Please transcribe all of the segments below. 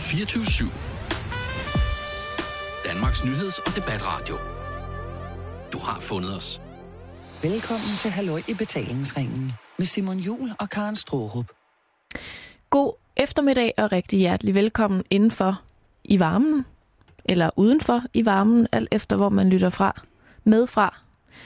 24/7. Danmarks nyheds- og debatradio. Du har fundet os. Velkommen til Halløj i betalingsringen med Simon Juhl og Karen Strohrup. God eftermiddag og rigtig hjertelig velkommen indenfor i varmen, eller udenfor i varmen, alt efter hvor man lytter fra, medfra.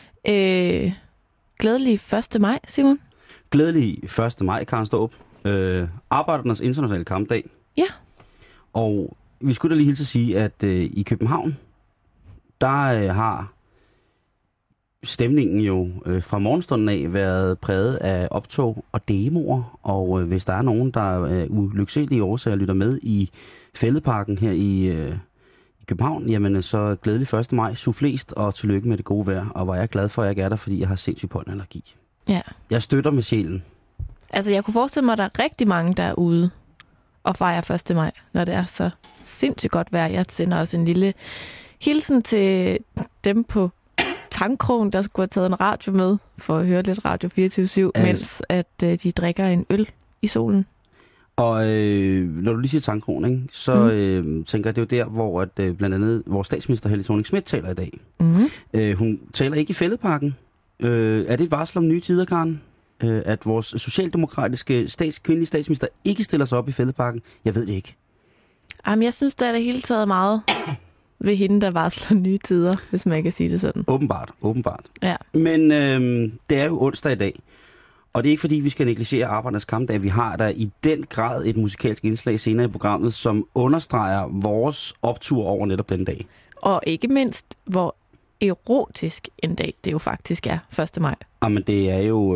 Glædelig 1. maj, Simon. Glædelig 1. maj, Karen Strohrup. Arbejdernes internationale kampdag. Ja. Og vi skulle da lige hilse at sige, at i København, der har stemningen jo fra morgenstunden af været præget af optog og demoer. Og hvis der er nogen, der er ulyksalige årsager lytter med i Fælledparken her i København, jamen så glædelig 1. maj, sufflest og tillykke med det gode vejr. Og hvor jeg er glad for, at jeg ikke er der, fordi jeg har sindssyg pollenallergi. Ja. Jeg støtter med sjælen. Altså, jeg kunne forestille mig, at der er rigtig mange, der er ude og fejrer 1. maj, når det er så sindssygt godt vejr. Jeg sender også en lille hilsen til dem på Tankkrogen, der skulle have taget en radio med for at høre lidt Radio 24/7, mens at de drikker en øl i solen. Og når du lige siger Tankkrogen, ikke, så tænker jeg, det er jo der, hvor at, blandt andet vores statsminister Helle Thorning-Schmidt taler i dag. Hun taler ikke i Fælledparken. Er det et varsel om nye tider, Karen? At vores socialdemokratiske kvindelige statsminister ikke stiller sig op i Fælledparken? Jeg ved det ikke. Jamen, jeg synes, der er det hele taget meget ved hende, der varsler nye tider, hvis man kan sige det sådan. Åbenbart. Ja. Men det er jo onsdag i dag, og det er ikke fordi, vi skal negligere Arbejdernes Kampdag. Vi har der i den grad et musikalsk indslag senere i programmet, som understreger vores optur over netop den dag. Og ikke mindst, hvor erotisk en dag det jo faktisk er 1. maj. Jamen, det er jo...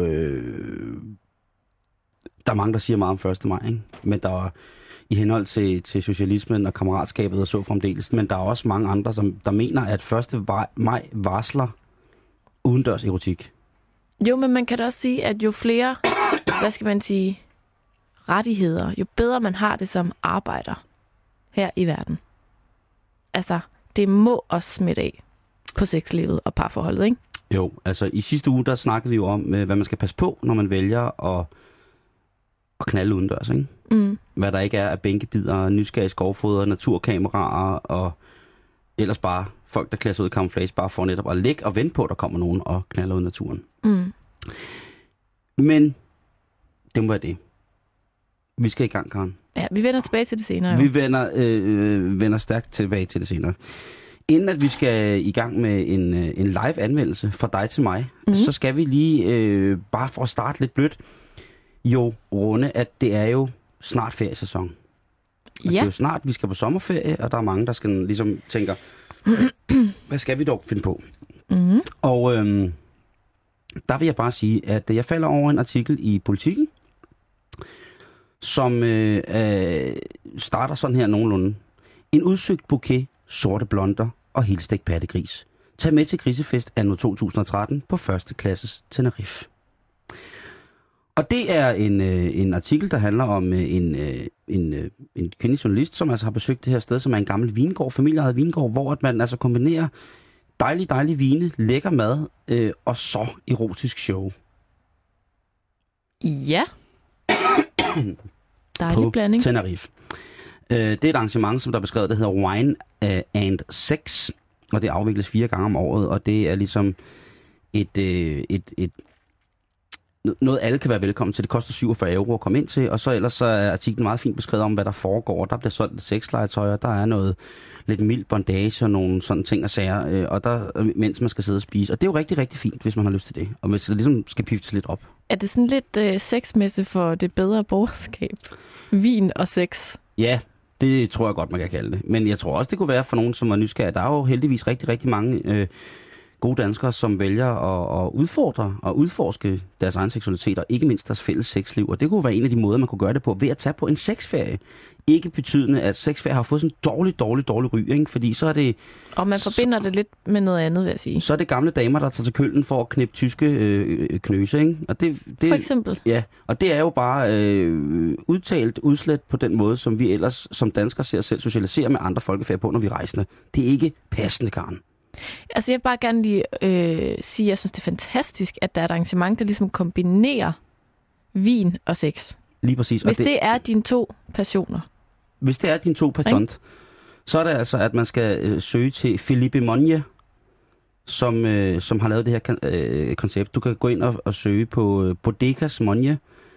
der er mange, der siger meget om 1. maj, ikke? Men der er i henhold til socialismen og kammeratskabet og så fremdeles. Men der er også mange andre, der mener, at 1. maj varsler udendørs erotik. Jo, men man kan da også sige, at jo flere, hvad skal man sige, rettigheder, jo bedre man har det som arbejder her i verden. Altså, det må også smitte af på sexlivet og parforholdet, ikke? Jo, altså i sidste uge, der snakkede vi jo om, hvad man skal passe på, når man vælger at knalde udendørs, ikke? Hvad der ikke er af bænkebider, nysgerrige skovfoder, naturkameraer og ellers bare folk, der klæder sig ud i camouflage, bare for netop at ligge og vente på, at der kommer nogen og knaller ud i naturen. Men det må være det. Vi skal i gang, Karen. Ja, vi vender tilbage til det senere. Jo. Vi vender stærkt tilbage til det senere. Inden at vi skal i gang med en live anmeldelse fra dig til mig, så skal vi lige, bare for at starte lidt blødt, jo runde, at det er jo snart feriesæson. Ja. Det er jo snart, vi skal på sommerferie, og der er mange, der skal ligesom tænker, hvad skal vi dog finde på? Og der vil jeg bare sige, at jeg falder over en artikel i Politiken, som starter sådan her nogenlunde. En udsøgt bouquet sorte blonder og helstegt pattegris. Tag med til grisefest anno 2013 på 1. klasses Tenerife. Og det er en artikel, der handler om en kvindelig journalist, som altså har besøgt det her sted, som er en gammel vingård, familieejet vingård, hvor at man altså kombinerer dejlige vine, lækker mad og så erotisk show. Ja. Dejlig blanding. Tenerife. Det er et arrangement, som der er beskrevet, der hedder Wine and Sex, og det afvikles 4 gange om året, og det er ligesom noget, alle kan være velkommen til. Det koster 47 € at komme ind til, og så ellers så er artiklen meget fint beskrevet om, hvad der foregår. Der bliver solgt sexlegetøj, og der er noget lidt mild bondage og nogle sådan ting og sager, og der, mens man skal sidde og spise. Og det er jo rigtig, rigtig fint, hvis man har lyst til det, og hvis det ligesom skal piftes lidt op. Er det sådan lidt sexmesse for det bedre borgerskab? Vin og sex? Ja, det tror jeg godt, man kan kalde det. Men jeg tror også, det kunne være for nogen, som er nysgerrige. Der er jo heldigvis rigtig, rigtig mange gode danskere, som vælger at udfordre og udforske deres egen seksualitet, og ikke mindst deres fælles sexliv. Og det kunne være en af de måder, man kunne gøre det på, ved at tage på en sexferie. Ikke betydende, at sexferie har fået sådan en dårlig ry, ikke? Fordi så er det... Og man forbinder det lidt med noget andet, vil jeg sige. Så er det gamle damer, der tager til Køln for at knippe tyske knøse, ikke? Og det, for eksempel? Ja, og det er jo bare udtalt udslet på den måde, som vi ellers som danskere ser selv socialisere med andre folkefærd på, når vi rejsende. Det er ikke passende, Karen. Altså jeg vil bare gerne lige sige, at jeg synes, det er fantastisk, at der er et arrangement, der ligesom kombinerer vin og sex. Lige præcis. Hvis det er dine 2 passioner, hvis det er din to patent, så er det altså, at man skal søge til Philippe Monnier, som har lavet det her koncept. Du kan gå ind og søge på Bodegas Monnier,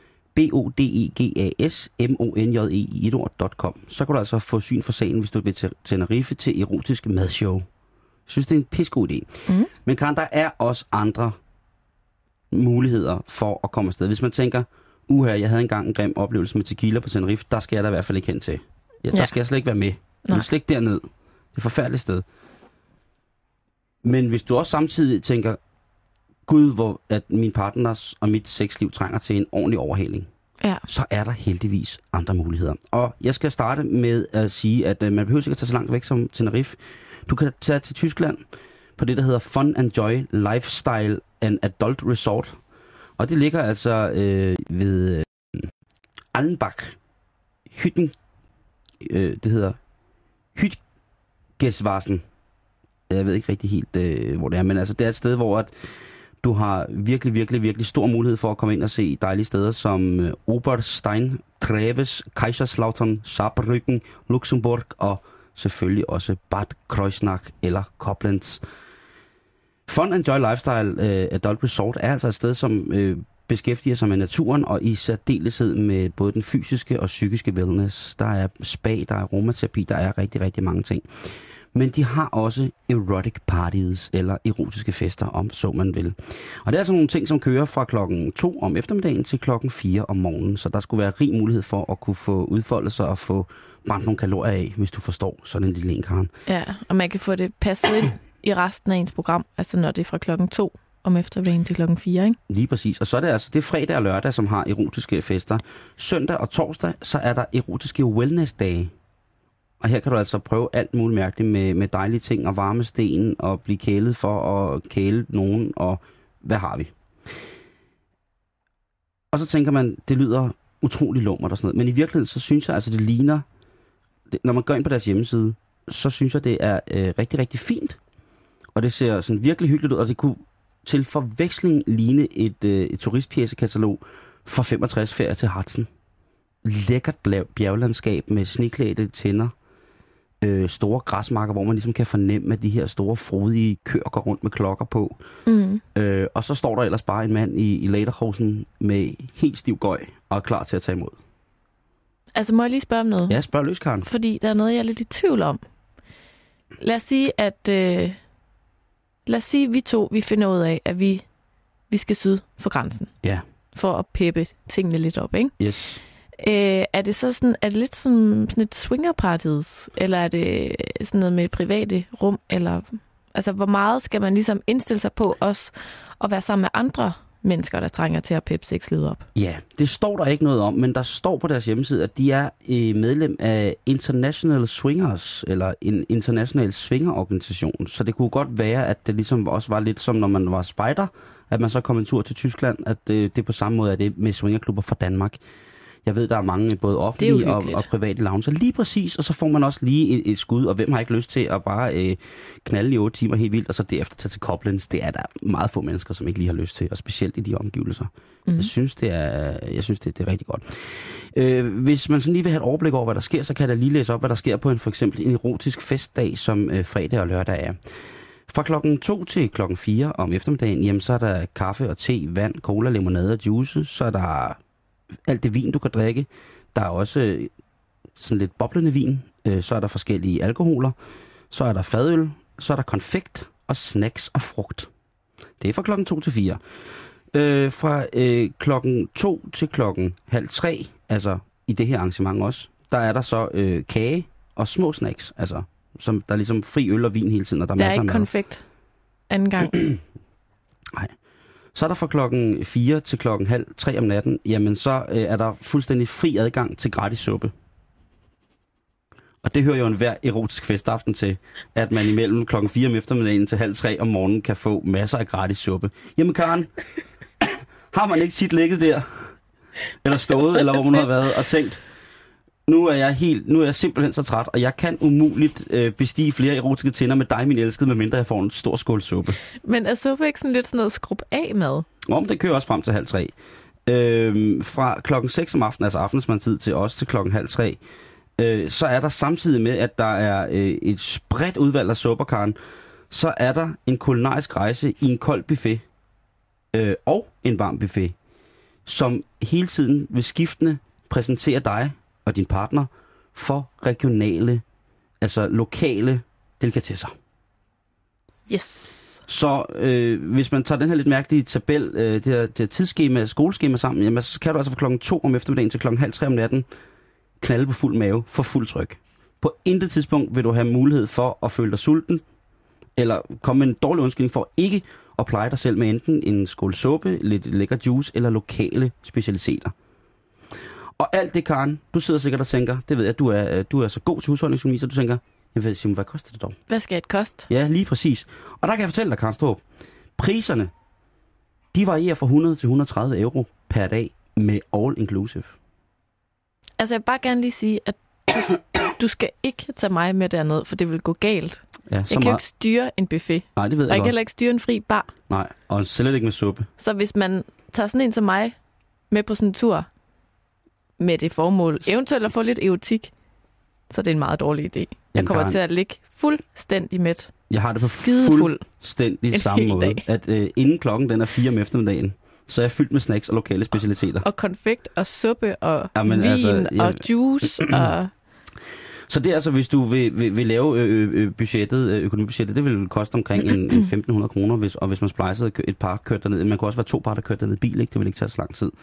bodegasmonje.com. Så kan du altså få syn for sagen, hvis du vil til Tenerife til erotisk madshow. Jeg synes, det er en pissegod idé. Mm. Men Karen, der er også andre muligheder for at komme afsted. Hvis man tænker, jeg havde engang en grim oplevelse med tequila på Tenerife, der skal jeg da i hvert fald ikke hen til. Der skal jeg slet ikke være med. Jeg vil slet ikke derned. Det er et forfærdeligt sted. Men hvis du også samtidig tænker, Gud, hvor at min partners og mit sexliv trænger til en ordentlig overhaling, så er der heldigvis andre muligheder. Og jeg skal starte med at sige, at man behøver ikke at tage så langt væk som Tenerife. Du kan tage til Tyskland på det, der hedder Fun and Joy Lifestyle and Adult Resort. Og det ligger altså ved Allenbach. Hytten. Det hedder Hütgeswassen. Jeg ved ikke rigtig helt, hvor det er, men altså det er et sted, hvor at du har virkelig, virkelig, virkelig stor mulighed for at komme ind og se dejlige steder som Oberstein, Treves, Kaiserslautern, Saarbrücken, Luxemburg og selvfølgelig også Bad Kreuznach eller Koblenz. Fun and Joy Lifestyle Adult Resort er altså et sted, som beskæftiger sig med naturen og i særdeleshed med både den fysiske og psykiske wellness. Der er spa, der er aromaterapi, der er rigtig, rigtig mange ting. Men de har også erotic parties, eller erotiske fester, om så man vil. Og det er altså nogle ting, som kører fra klokken 2 om eftermiddagen til klokken 4 om morgenen. Så der skulle være rig mulighed for at kunne få udfoldet sig og få brændt nogle kalorier af, hvis du forstår sådan en lille enkaren. Ja, og man kan få det passet ind i resten af ens program, altså når det er fra klokken 2 om eftermiddagen til klokken 4, ikke? Lige præcis. Og så er det altså, det er fredag og lørdag, som har erotiske fester. Søndag og torsdag, så er der erotiske wellness-dage. Og her kan du altså prøve alt muligt mærkeligt med dejlige ting og varme sten og blive kælet for at kæle nogen, og hvad har vi? Og så tænker man, det lyder utrolig lummert og sådan noget. Men i virkeligheden, så synes jeg altså, det ligner, når man går ind på deres hjemmeside, så synes jeg, det er rigtig, rigtig fint. Og det ser sådan virkelig hyggeligt ud, og det kunne til forveksling ligne et turistpjæsekatalog for 65 ferier til Harzen. Lækkert bjerglandskab med sneklædte tænder, store græsmarker, hvor man ligesom kan fornemme, at de her store, frodige køer går rundt med klokker på. Mm. Og så står der ellers bare en mand i lederhosen med helt stiv gøj og er klar til at tage imod. Altså, må jeg lige spørge om noget? Ja, spørg løs, Karen. Fordi der er noget, jeg er lidt i tvivl om. Lad os sige, at vi finder ud af, at vi skal syd for grænsen. Ja. For at peppe tingene lidt op, ikke? Yes. Er det så sådan, er det lidt sådan et swingerparties, eller er det sådan noget med private rum, eller altså hvor meget skal man ligesom indstille sig på også at være sammen med andre mennesker, der trænger til at peppe sexlivet op? Ja, det står der ikke noget om, men der står på deres hjemmeside, at de er medlem af International Swingers, eller en international swingerorganisation. Så det kunne godt være, at det ligesom også var lidt som når man var spejder, at man så kom en tur til Tyskland, at det på samme måde er det med swingerklubber fra Danmark. Jeg ved, der er mange både offentlige og private lounger. Lige præcis, og så får man også lige et skud, og hvem har ikke lyst til at bare knalde i 8 timer helt vildt, og så derefter tage til Koblenz. Det er der meget få mennesker, som ikke lige har lyst til, og specielt i de omgivelser. Mm. Jeg synes, det er rigtig godt. Hvis man sådan lige vil have et overblik over, hvad der sker, så kan jeg da lige læse op, hvad der sker på for eksempel en erotisk festdag, som fredag og lørdag er. Fra klokken 2 til klokken 4 om eftermiddagen, jamen, så er der kaffe og te, vand, cola, limonade og juice. Så er der alt det vin, du kan drikke. Der er også sådan lidt boblende vin. Så er der forskellige alkoholer. Så er der fadøl. Så er der konfekt og snacks og frugt. Det er fra klokken 2 til 4. Fra klokken 2 til klokken 2:30, altså i det her arrangement også, der er der så kage og små snacks, altså som der er ligesom fri øl og vin hele tiden, og der er masser af mad. Der er ikke konfekt anden gang? Nej. Så er der fra klokken 4 til klokken 2:30 om natten, jamen så er der fuldstændig fri adgang til gratis suppe. Og det hører jo enhver erotisk festaften til, at man imellem klokken 4 om eftermiddagen til 2:30 om morgenen kan få masser af gratis suppe. Jamen Karen, har man ikke tit ligget der, eller stået, eller hvor man har været, og tænkt, nu er jeg simpelthen så træt, og jeg kan umuligt bestige flere erotiske tænder med dig, min elskede, medmindre jeg får en stor skål suppe. Men er suppe ikke sådan lidt sådan noget skrub af mad? Det kører også frem til 2:30. Fra klokken 6 om aftenen, altså aftensmandstid, til også til klokken 2:30, så er der samtidig med, at der er et spredt udvalg af supper, Karen, så er der en kulinarisk rejse i en kold buffet og en varm buffet, som hele tiden vil skiftende præsentere dig og din partner for regionale, altså lokale delikatesser. Yes. Så hvis man tager den her lidt mærkelige tabel, det her tidsskema, skoleskema sammen, jamen, så kan du altså fra klokken 2 om eftermiddagen til klokken 2:30 om natten knalde på fuld mave for fuld tryk. På intet tidspunkt vil du have mulighed for at føle dig sulten, eller komme med en dårlig undskyldning for ikke at pleje dig selv med enten en skål suppe, lidt lækker juice eller lokale specialiteter. Og alt det, Karen, du sidder sikkert og tænker, det ved jeg, at du er så god til husholdningsøkonomi, så du tænker, Simon, hvad koster det dog? Hvad skal et koste? Ja, lige præcis. Og der kan jeg fortælle dig, Karen Straarup, priserne, de varierer fra 100 til 130 euro per dag med all inclusive. Altså, jeg vil bare gerne lige sige, at du skal ikke tage mig med derned, for det vil gå galt. Ja, jeg kan jo ikke styre en buffet. Nej, det ved jeg og jeg godt. kan heller ikke styre en fri bar. Nej, og slet ikke med suppe. Så hvis man tager sådan en som mig med på sådan en tur med det formål, eventuelt at få lidt erotik, så det er en meget dårlig idé. Jeg kommer Karen, til at ligge fuldstændig mæt. Jeg har det på Skidefuld. fuldstændig samme måde, at inden klokken den er 4 om eftermiddagen, så er jeg fyldt med snacks og lokale specialiteter. Og konfekt og suppe og Jamen, vin og juice og... Så det er altså, hvis du vil lave økonomibudgettet, det vil koste omkring en 1.500 kroner, og hvis man splicer et par kørt derned. Man kunne også være 2 par, der kørte derned i bil, ikke? Det vil ikke tage så lang tid.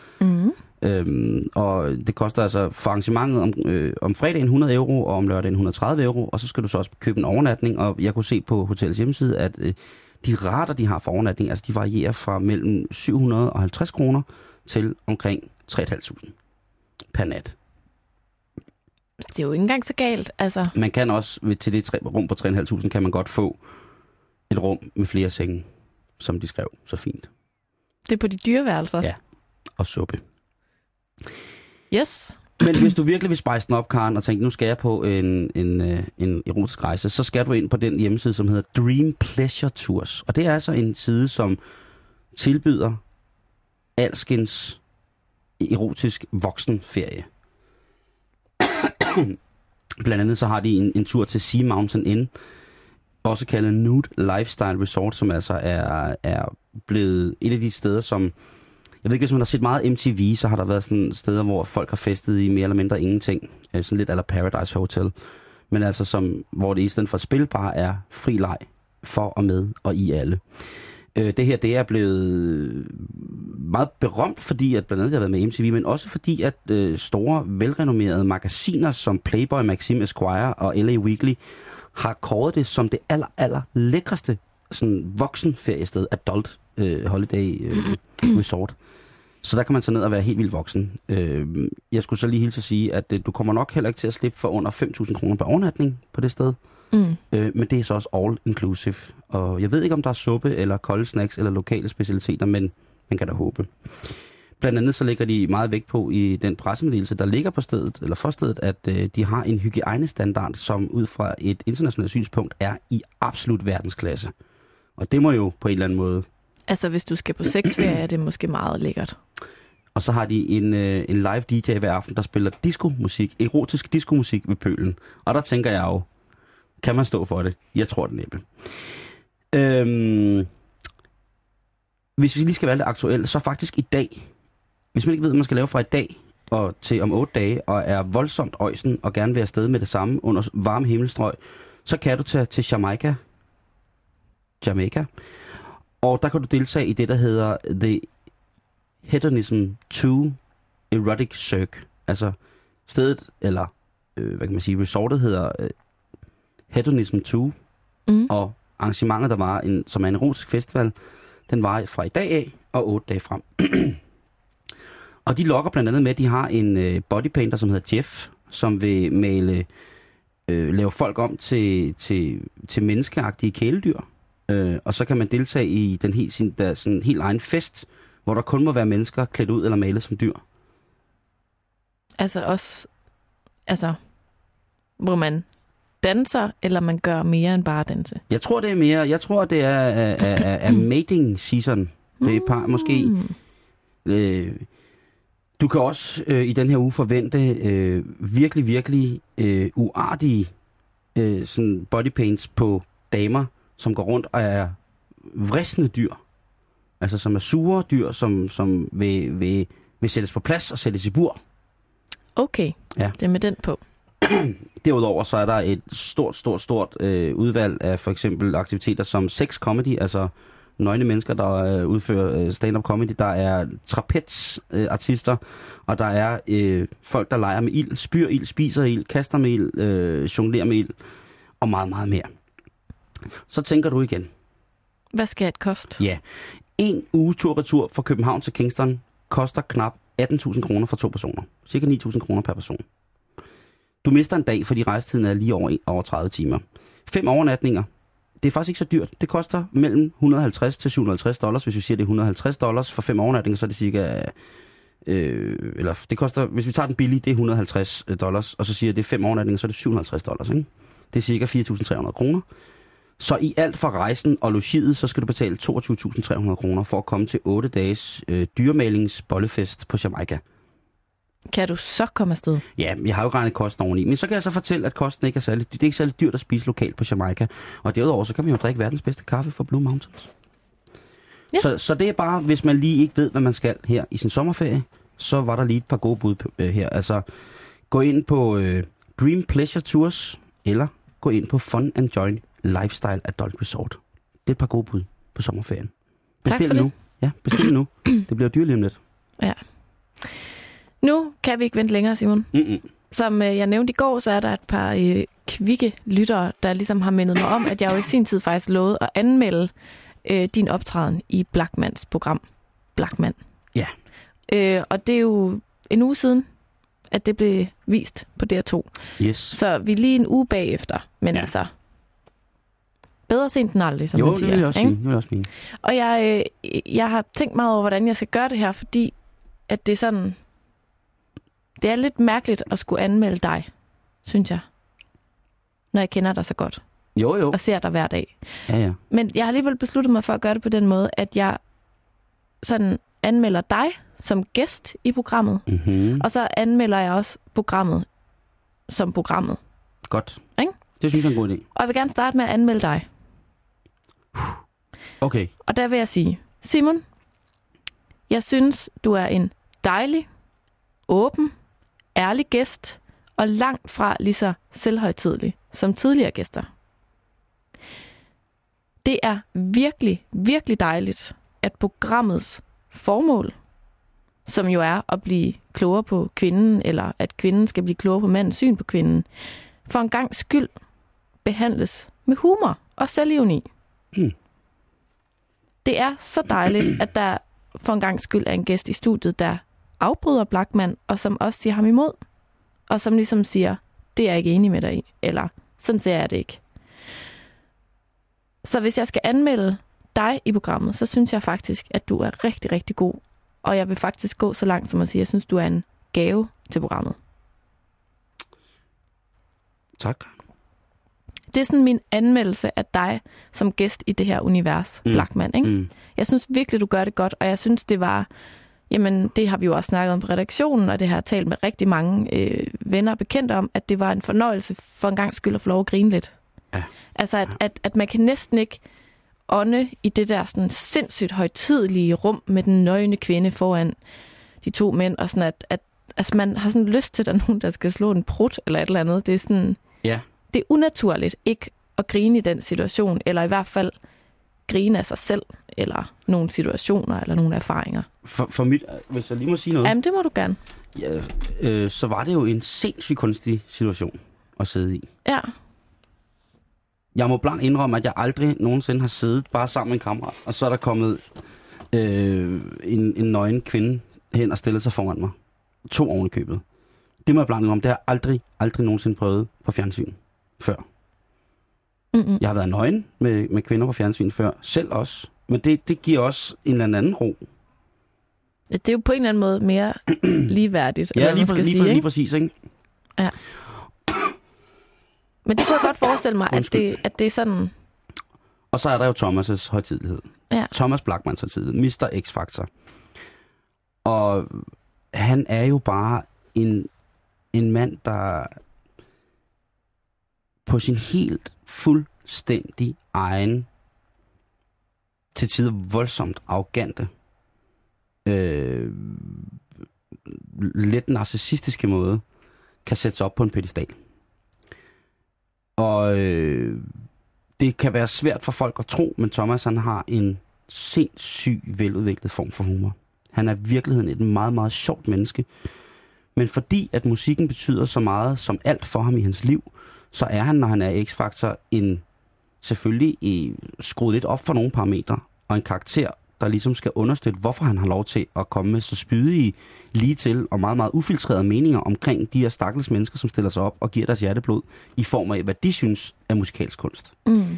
Og det koster altså for arrangementet om fredagen 100 euro, og om lørdagen 130 euro, og så skal du så også købe en overnatning, og jeg kunne se på hotellets hjemmeside, at de rater, de har for overnatning, altså de varierer fra mellem 750 kroner til omkring 3.500 per nat. Det er jo ikke engang så galt, altså. Man kan også, til det rum på 3.500, kan man godt få et rum med flere senge, som de skrev så fint. Det er på de dyre værelser? Ja, og suppe. Yes. Men hvis du virkelig vil spice den op, Karen, og tænke, nu skal jeg på en erotisk rejse, så skal du ind på den hjemmeside, som hedder Dream Pleasure Tours. Og det er altså en side, som tilbyder alskens erotisk voksenferie. Blandt andet så har de en tur til Sea Mountain Inn, også kaldet Nude Lifestyle Resort, som altså er blevet et af de steder, som... Jeg ved ikke, hvis man har set meget MTV, så har der været sådan steder, hvor folk har festet i mere eller mindre ingenting. Sådan lidt a la Paradise Hotel. Men altså, hvor det i stedet for spil bare er fri leg for og med og i alle. Det her, det er blevet meget berømt, fordi at blandt andet det har været med MTV, men også fordi, at store, velrenommerede magasiner som Playboy, Maxim, Esquire og LA Weekly har kåret det som det aller lækreste sådan voksenferiested, adult holiday resort. Så der kan man tage ned og være helt vildt voksen. Jeg skulle så lige hilse at sige, at du kommer nok heller ikke til at slippe for under 5.000 kroner per overnatning på det sted. Men det er så også all inclusive. Og jeg ved ikke, om der er suppe eller kolde snacks eller lokale specialiteter, men man kan da håbe. Blandt andet så lægger de meget vægt på i den pressemeddelelse, der ligger på stedet, eller for stedet, at de har en hygiejnestandard, som ud fra et internationalt synspunkt er i absolut verdensklasse. Og det må jo på en eller anden måde... Altså, hvis du skal på sexferie, er det måske meget lækkert. Og så har de en live DJ hver aften, der spiller diskomusik, erotisk diskomusik ved pølen. Og der tænker jeg jo, kan man stå for det? Jeg tror det næppe. Hvis vi lige skal være lidt aktuelle, så faktisk i dag, hvis man ikke ved, hvad man skal lave fra i dag og til om 8 dage, og er voldsomt øjsen og gerne vil afsted med det samme under varme himmelstrøg, så kan du tage til Jamaica. Og der kan du deltage i det, der hedder The Hedonism 2 Erotic Cirque. Altså stedet, eller hvad kan man sige, resortet hedder Hedonism 2. Og arrangementet, der var som er en erotisk festival, den var fra i dag af og 8 dage frem. Og de lokker blandt andet med, at de har en bodypainter, som hedder Jeff, som vil lave folk om til menneskeagtige kæledyr. Og så kan man deltage i den helt egen fest, hvor der kun må være mennesker klædt ud eller malet som dyr. Hvor man danser, eller man gør mere end bare danse? Jeg tror, det er mere. Jeg tror, det er mating season. Det er måske... Du kan også i den her uge forvente virkelig, virkelig uartige sådan bodypaints på damer, som går rundt og er vristende dyr. Altså som er sure dyr, som vil sættes på plads og sættes i bur. Okay, ja. Det er med den på. Derudover så er der et stort udvalg af for eksempel aktiviteter som sex comedy, altså nøgne mennesker, der udfører stand-up comedy. Der er trapezartister, og der er folk, der leger med ild, spyr ild, spiser ild, kaster med ild, jonglerer med ild, og meget, meget mere. Så tænker du igen. Hvad skal det koste? Ja. En uge tur-retur fra København til Kingston koster knap 18.000 kroner for 2 personer. Cirka 9.000 kroner per person. Du mister en dag, fordi rejsetiden er lige over 30 timer. 5 overnatninger. Det er faktisk ikke så dyrt. Det koster mellem $150 til $750. Hvis vi siger, det er $150 for 5 overnatninger, så er det cirka... eller det koster... Hvis vi tager den billige, det er $150. Og så siger det er 5 overnatninger, så er det $750. Ikke? Det er cirka 4.300 kroner. Så i alt for rejsen og logiet, så skal du betale 22.300 kroner for at komme til 8 dages dyremalingsbollefest på Jamaica. Kan du så komme afsted? Ja, jeg har jo regnet kosten oveni, men så kan jeg så fortælle, at kosten ikke er særlig, det er ikke særlig dyrt at spise lokalt på Jamaica. Og derudover, så kan man jo drikke verdens bedste kaffe fra Blue Mountains. Ja. Så det er bare, hvis man lige ikke ved, hvad man skal her i sin sommerferie, så var der lige et par gode bud her. Altså, gå ind på Dream Pleasure Tours, eller gå ind på Fun and Joy Lifestyle Adult Resort. Det er et par gode bud på sommerferien. Bestil nu. Ja, bestil nu. Det bliver dyrt lige om lidt. Ja. Nu kan vi ikke vente længere, Simon. Som jeg nævnte i går, så er der et par kvikke lyttere, der ligesom har mindet mig om, at jeg jo i sin tid faktisk lovede at anmelde din optræden i Blachmans program. Blachman. Ja. Og det er jo en uge siden, at det blev vist på DR2. Yes. Så vi er lige en uge bagefter. Men altså, bedre sent end aldrig, som man siger. Jo, det vil jeg også sige. Det vil jeg også mene. Og jeg har tænkt meget over, hvordan jeg skal gøre det her, fordi at det er sådan... Det er lidt mærkeligt at skulle anmelde dig, synes jeg. Når jeg kender dig så godt. Jo. Og ser dig hver dag. Ja. Men jeg har alligevel besluttet mig for at gøre det på den måde, at jeg sådan anmelder dig som gæst i programmet. Mm-hmm. Og så anmelder jeg også programmet som programmet. Godt. Ikke? Det synes jeg er en god idé. Og jeg vil gerne starte med at anmelde dig. Okay. Og der vil jeg sige, Simon, jeg synes, du er en dejlig, åben, ærlig gæst, og langt fra lige så selvhøjtidelig som tidligere gæster. Det er virkelig, virkelig dejligt, at programmets formål, som jo er at blive klogere på kvinden, eller at kvinden skal blive klogere på mandens syn på kvinden, for en gangs skyld behandles med humor og selvironi. Det er så dejligt, at der for en gangs skyld er en gæst i studiet, der afbryder Blachman, og som også siger ham imod, og som ligesom siger, det er jeg ikke enig med dig i, eller sådan ser jeg det ikke. Så hvis jeg skal anmelde dig i programmet, så synes jeg faktisk, at du er rigtig, rigtig god, og jeg vil faktisk gå så langt som at sige, at jeg synes, du er en gave til programmet. Tak. Det er sådan min anmeldelse af dig som gæst i det her univers, Blachman, ikke? Jeg synes virkelig, du gør det godt, og jeg synes, det var... Jamen, det har vi jo også snakket om på redaktionen, og det har jeg talt med rigtig mange venner og bekendte om, at det var en fornøjelse for en gang skyld at få lov at grine lidt. Ja. Altså, at man kan næsten ikke ånde i det der sådan sindssygt højtidelige rum med den nøgne kvinde foran de to mænd, og sådan at altså, man har sådan lyst til, at der er nogen, der skal slå en prut eller et eller andet. Det er sådan... Ja. Det er unaturligt ikke at grine i den situation, eller i hvert fald grine af sig selv, eller nogle situationer, eller nogle erfaringer. For mit, hvis jeg lige må sige noget... Jamen, det må du gerne. Ja, så var det jo en sindssygt kunstig situation at sidde i. Ja. Jeg må blankt indrømme, at jeg aldrig nogensinde har siddet bare sammen med en kammerat, og så er der kommet en nøgen kvinde hen og stillet sig foran mig. 2 oven i købet. Det må jeg blankt indrømme. Det har jeg aldrig nogensinde prøvet på fjernsyn før. Mm-mm. Jeg har været nøgen med kvinder på fjernsyn før, selv også. Men det giver også en eller anden ro. Ja, det er jo på en eller anden måde mere ligeværdigt. Ja, lige præcis, ikke? Ja. Men det kunne jeg godt forestille mig, at det er sådan... Og så er der jo Thomas' højtidelighed. Ja. Thomas Blachmans højtidelighed. Mr. X-Factor. Og han er jo bare en mand, der på sin helt fuldstændig egen, til tider voldsomt arrogante, lidt narcissistiske måde, kan sætte sig op på en pedestal. Og det kan være svært for folk at tro, men Thomas, han har en sindssyg veludviklet form for humor. Han er i virkeligheden et meget, meget sjovt menneske. Men fordi at musikken betyder så meget som alt for ham i hans liv, så er han, når han er X-Factor, selvfølgelig skruet lidt op for nogle parametre, og en karakter, der ligesom skal understøtte, hvorfor han har lov til at komme med så spydige, lige til og meget, meget ufiltrerede meninger omkring de her stakkels mennesker, som stiller sig op og giver deres hjerteblod i form af, hvad de synes er musikalsk kunst. Mm.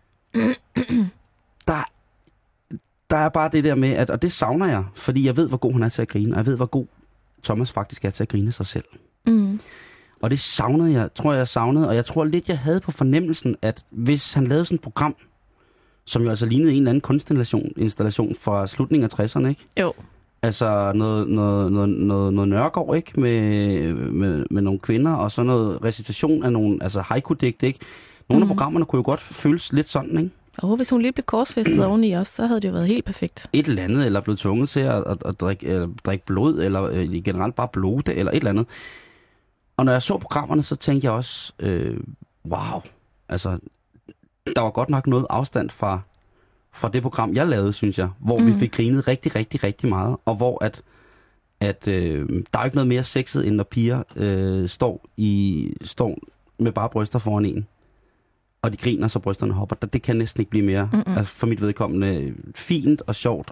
Der er bare det der med, og det savner jeg, fordi jeg ved, hvor god han er til at grine, og jeg ved, hvor god Thomas faktisk er til at grine sig selv. Mm. Og det savnede jeg, og jeg tror lidt, jeg havde på fornemmelsen, at hvis han lavede sådan et program, som jo altså lignede en eller anden kunstinstallation fra slutningen af 60'erne, ikke? Jo. Altså noget Nørgaard, ikke? Med nogle kvinder, og så noget recitation af nogle, altså haiku-digte, ikke? Nogle af programmerne kunne jo godt føles lidt sådan, ikke? Hvis hun lige blev korsfæstet oveni os, så havde det jo været helt perfekt. Et eller andet, eller blevet tvunget til at drikke blod, eller generelt bare blode, eller et eller andet. Og når jeg så programmerne, så tænkte jeg også, wow, altså, der var godt nok noget afstand fra det program, jeg lavede, synes jeg, hvor vi fik grinet rigtig, rigtig, rigtig meget, og hvor at der er ikke noget mere sexet, end når piger står med bare bryster foran en, og de griner, så brysterne hopper. Det kan næsten ikke blive mere, altså for mit vedkommende, fint og sjovt,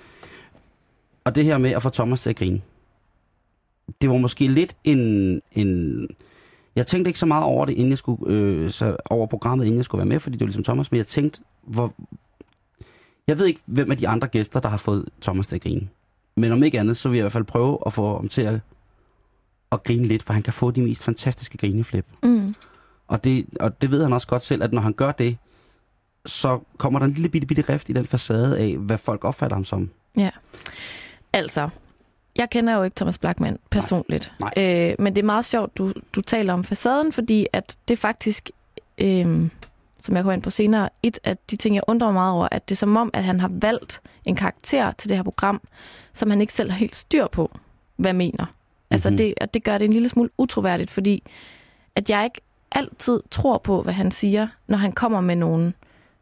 og det her med at få Thomas til at grine, det var måske lidt en jeg tænkte ikke så meget over det, inden jeg skulle over programmet, inden jeg skulle være med, fordi det var ligesom Thomas, men jeg tænkte, jeg ved ikke, hvem af de andre gæster, der har fået Thomas til at grine. Men om ikke andet, så vil jeg i hvert fald prøve at få ham til at grine lidt, for han kan få de mest fantastiske grineflip. Mm. Og det ved han også godt selv, at når han gør det, så kommer der en lille bitte rift i den facade af, hvad folk opfatter ham som. Ja, altså, jeg kender jo ikke Thomas Blachman personligt. Nej. Men det er meget sjovt, du taler om facaden, fordi at det faktisk, som jeg kommer ind på senere, et af de ting, jeg undrer mig meget over, at det er som om, at han har valgt en karakter til det her program, som han ikke selv har helt styr på, hvad mener. Altså det gør det en lille smule utroværdigt, fordi at jeg ikke altid tror på, hvad han siger, når han kommer med nogle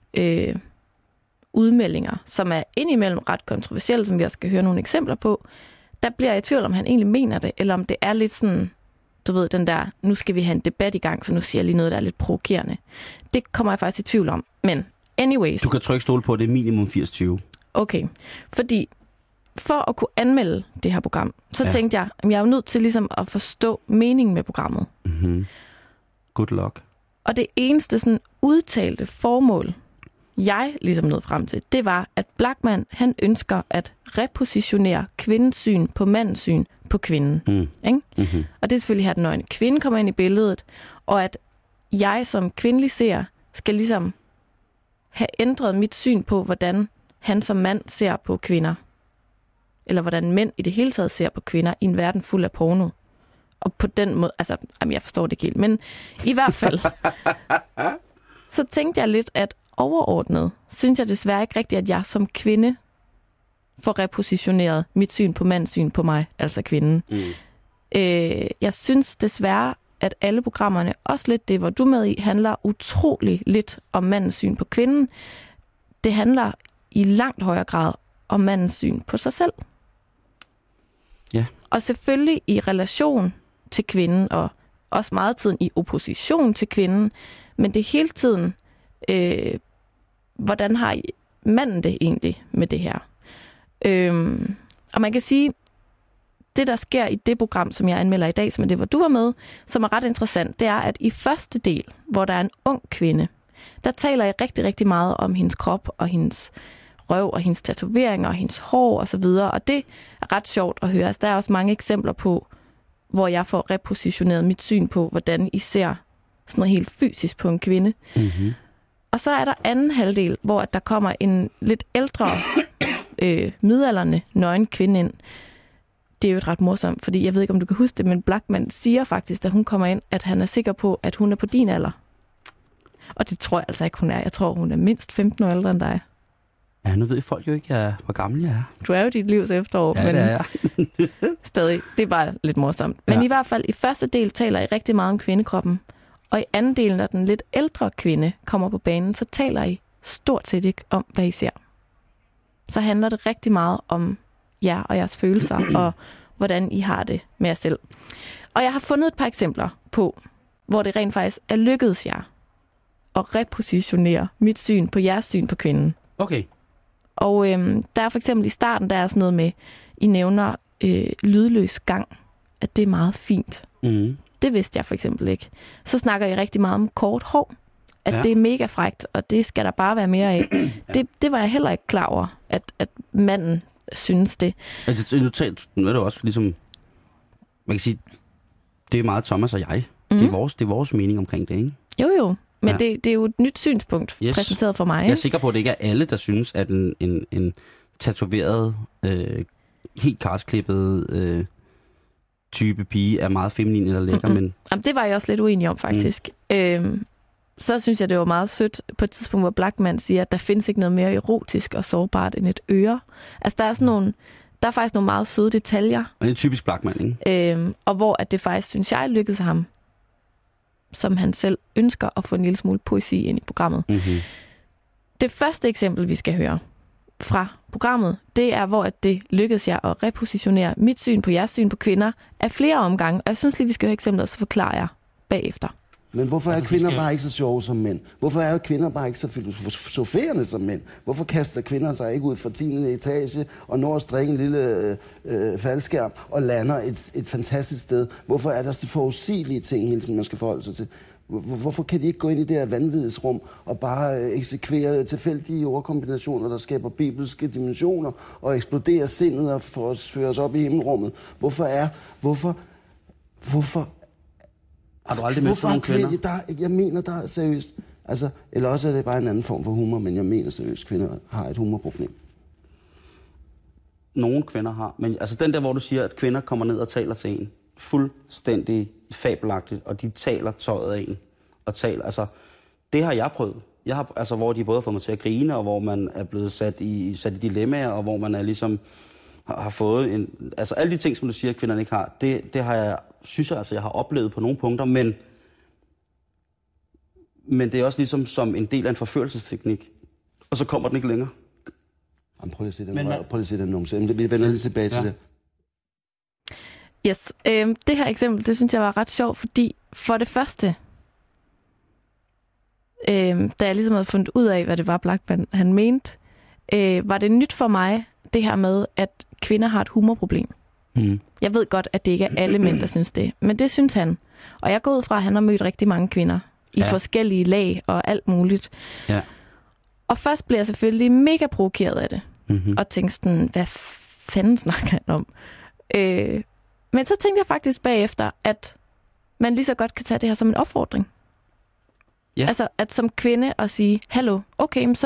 udmeldinger, som er indimellem ret kontroversielle, som vi også skal høre nogle eksempler på. Der bliver jeg i tvivl, om han egentlig mener det, eller om det er lidt sådan, du ved, den der, nu skal vi have en debat i gang, så nu siger jeg lige noget, der er lidt provokerende. Det kommer jeg faktisk i tvivl om. Men anyways. Du kan trykke stole på, at det er minimum 80-20. Okay, fordi for at kunne anmelde det her program, så tænkte jeg, at jeg er jo nødt til ligesom at forstå meningen med programmet. Mm-hmm. Good luck. Og det eneste sådan udtalte formål, jeg ligesom nåede frem til, det var, at Blachman, han ønsker at repositionere kvindens syn på mandens syn på kvinden. Ikke? Mm-hmm. Og det er selvfølgelig, at den nøgne kvinde kommer ind i billedet, og at jeg som kvindelig seer skal ligesom have ændret mit syn på, hvordan han som mand ser på kvinder. Eller hvordan mænd i det hele taget ser på kvinder i en verden fuld af porno. Og på den måde, altså, jeg forstår det ikke helt, men i hvert fald, så tænkte jeg lidt, at overordnet, synes jeg desværre ikke rigtigt, at jeg som kvinde får repositioneret mit syn på mandens syn på mig, altså kvinden. Jeg synes desværre, at alle programmerne, også lidt det, hvor du er med i, handler utrolig lidt om mandens syn på kvinden. Det handler i langt højere grad om mandens syn på sig selv. Ja. Og selvfølgelig i relation til kvinden, og også meget tiden i opposition til kvinden, men det er hele tiden, hvordan har manden det egentlig med det her? Og man kan sige, det der sker i det program, som jeg anmelder i dag, som er det, hvor du var med, som er ret interessant, det er, at i første del, hvor der er en ung kvinde, der taler jeg rigtig, rigtig meget om hendes krop og hendes røv og hendes tatoveringer og hendes hår og så videre. Og det er ret sjovt at høre. Altså, der er også mange eksempler på, hvor jeg får repositioneret mit syn på, hvordan I ser sådan noget helt fysisk på en kvinde. Mm-hmm. Og så er der anden halvdel, hvor der kommer en lidt ældre, midaldrende nøgen kvinde ind, det er jo ret morsomt, fordi jeg ved ikke, om du kan huske det, men Blachman siger faktisk, da hun kommer ind, at han er sikker på, at hun er på din alder. Og det tror jeg altså ikke, hun er. Jeg tror, hun er mindst 15 år ældre end dig. Ja, nu ved folk jo ikke, hvor gammel jeg er. Du er jo dit livs efterår, ja, men det er jeg. stadig, det er bare lidt morsomt. Men i hvert fald, i første del taler I rigtig meget om kvindekroppen, og i anden del, når den lidt ældre kvinde kommer på banen, så taler I stort set ikke om, hvad I ser. Så handler det rigtig meget om jer og jeres følelser, og hvordan I har det med jer selv. Og jeg har fundet et par eksempler på, hvor det rent faktisk er lykkedes jer at repositionere mit syn på jeres syn på kvinden. Okay. Og der er for eksempel i starten, der er sådan noget med, I nævner lydløs gang, at det er meget fint. Mm. Det vidste jeg for eksempel ikke. Så snakker I rigtig meget om kort hår, at det er mega frækt, og det skal der bare være mere af. Det var jeg heller ikke klar over, at manden synes det. Nu er det også ligesom, man kan sige, det er meget Thomas og jeg. Det er vores mening omkring det, ikke? Jo. Men det er jo et nyt synspunkt præsenteret for mig. Jeg er sikker på, at det ikke er alle, der synes, at en tatoveret, helt karstklippet type pige er meget feminin eller lækker. Men Jamen, det var jeg også lidt uenig om, faktisk. Så synes jeg, det var meget sødt på et tidspunkt, hvor Blachman siger, at der findes ikke noget mere erotisk og sårbart end et øre. Altså, der er faktisk nogle meget søde detaljer. Og det er typisk Blachman, ikke? Og hvor at det faktisk, synes jeg, lykkedes ham, som han selv ønsker at få en lille smule poesi ind i programmet. Mm-hmm. Det første eksempel, vi skal høre fra programmet, det er, hvor at det lykkedes jer at repositionere mit syn på jeres syn på kvinder af flere omgange. Og jeg synes lige, vi skal høre eksemplet, og så forklarer jeg bagefter. Men hvorfor er kvinder bare ikke så sjove som mænd? Hvorfor er kvinder bare ikke så filosoferende som mænd? Hvorfor kaster kvinder sig ikke ud fra 10. etage og når at strikke en lille faldskærm og lander et fantastisk sted? Hvorfor er der så forudsigelige ting hele tiden, man skal forholde sig til? Hvorfor kan de ikke gå ind i det her vanvidsrum og bare eksekvere tilfældige ordkombinationer, der skaber bibelske dimensioner og eksplodere sindet og føre os op i himmelrummet? Hvorfor har du aldrig mødt nogle kvinder? Jeg mener, der er seriøst. Altså, eller også er det bare en anden form for humor, men jeg mener seriøst, kvinder har et humorproblem. Nogle kvinder har, men altså den der, hvor du siger, at kvinder kommer ned og taler til en, fuldstændig fabelagtigt, og de taler tøjet af en, og taler, altså, det har jeg prøvet. Jeg har, altså, hvor de både har fået mig til at grine, og hvor man er blevet sat i dilemmaer, og hvor man er ligesom, har fået en, altså alle de ting, som du siger, at kvinderne ikke har, det har jeg, synes jeg, altså, jeg har oplevet på nogle punkter, men det er også ligesom som en del af en forførelsesteknik, og så kommer den ikke længere. Jamen, prøv lige at se den numse. Vi vender lige tilbage til det. Yes. Det her eksempel, det synes jeg var ret sjovt, fordi for det første, da jeg ligesom havde fundet ud af, hvad det var Blachman han mente, var det nyt for mig, det her med, at kvinder har et humorproblem. Mm. Jeg ved godt, at det ikke er alle mænd, der synes det, men det synes han. Og jeg går ud fra, at han har mødt rigtig mange kvinder i forskellige lag og alt muligt. Ja. Og først blev jeg selvfølgelig mega provokeret af det, og tænkte sådan, hvad fanden snakker han om? Men så tænkte jeg faktisk bagefter, at man lige så godt kan tage det her som en opfordring. Ja. Altså, at som kvinde at sige, hallo, okay, men så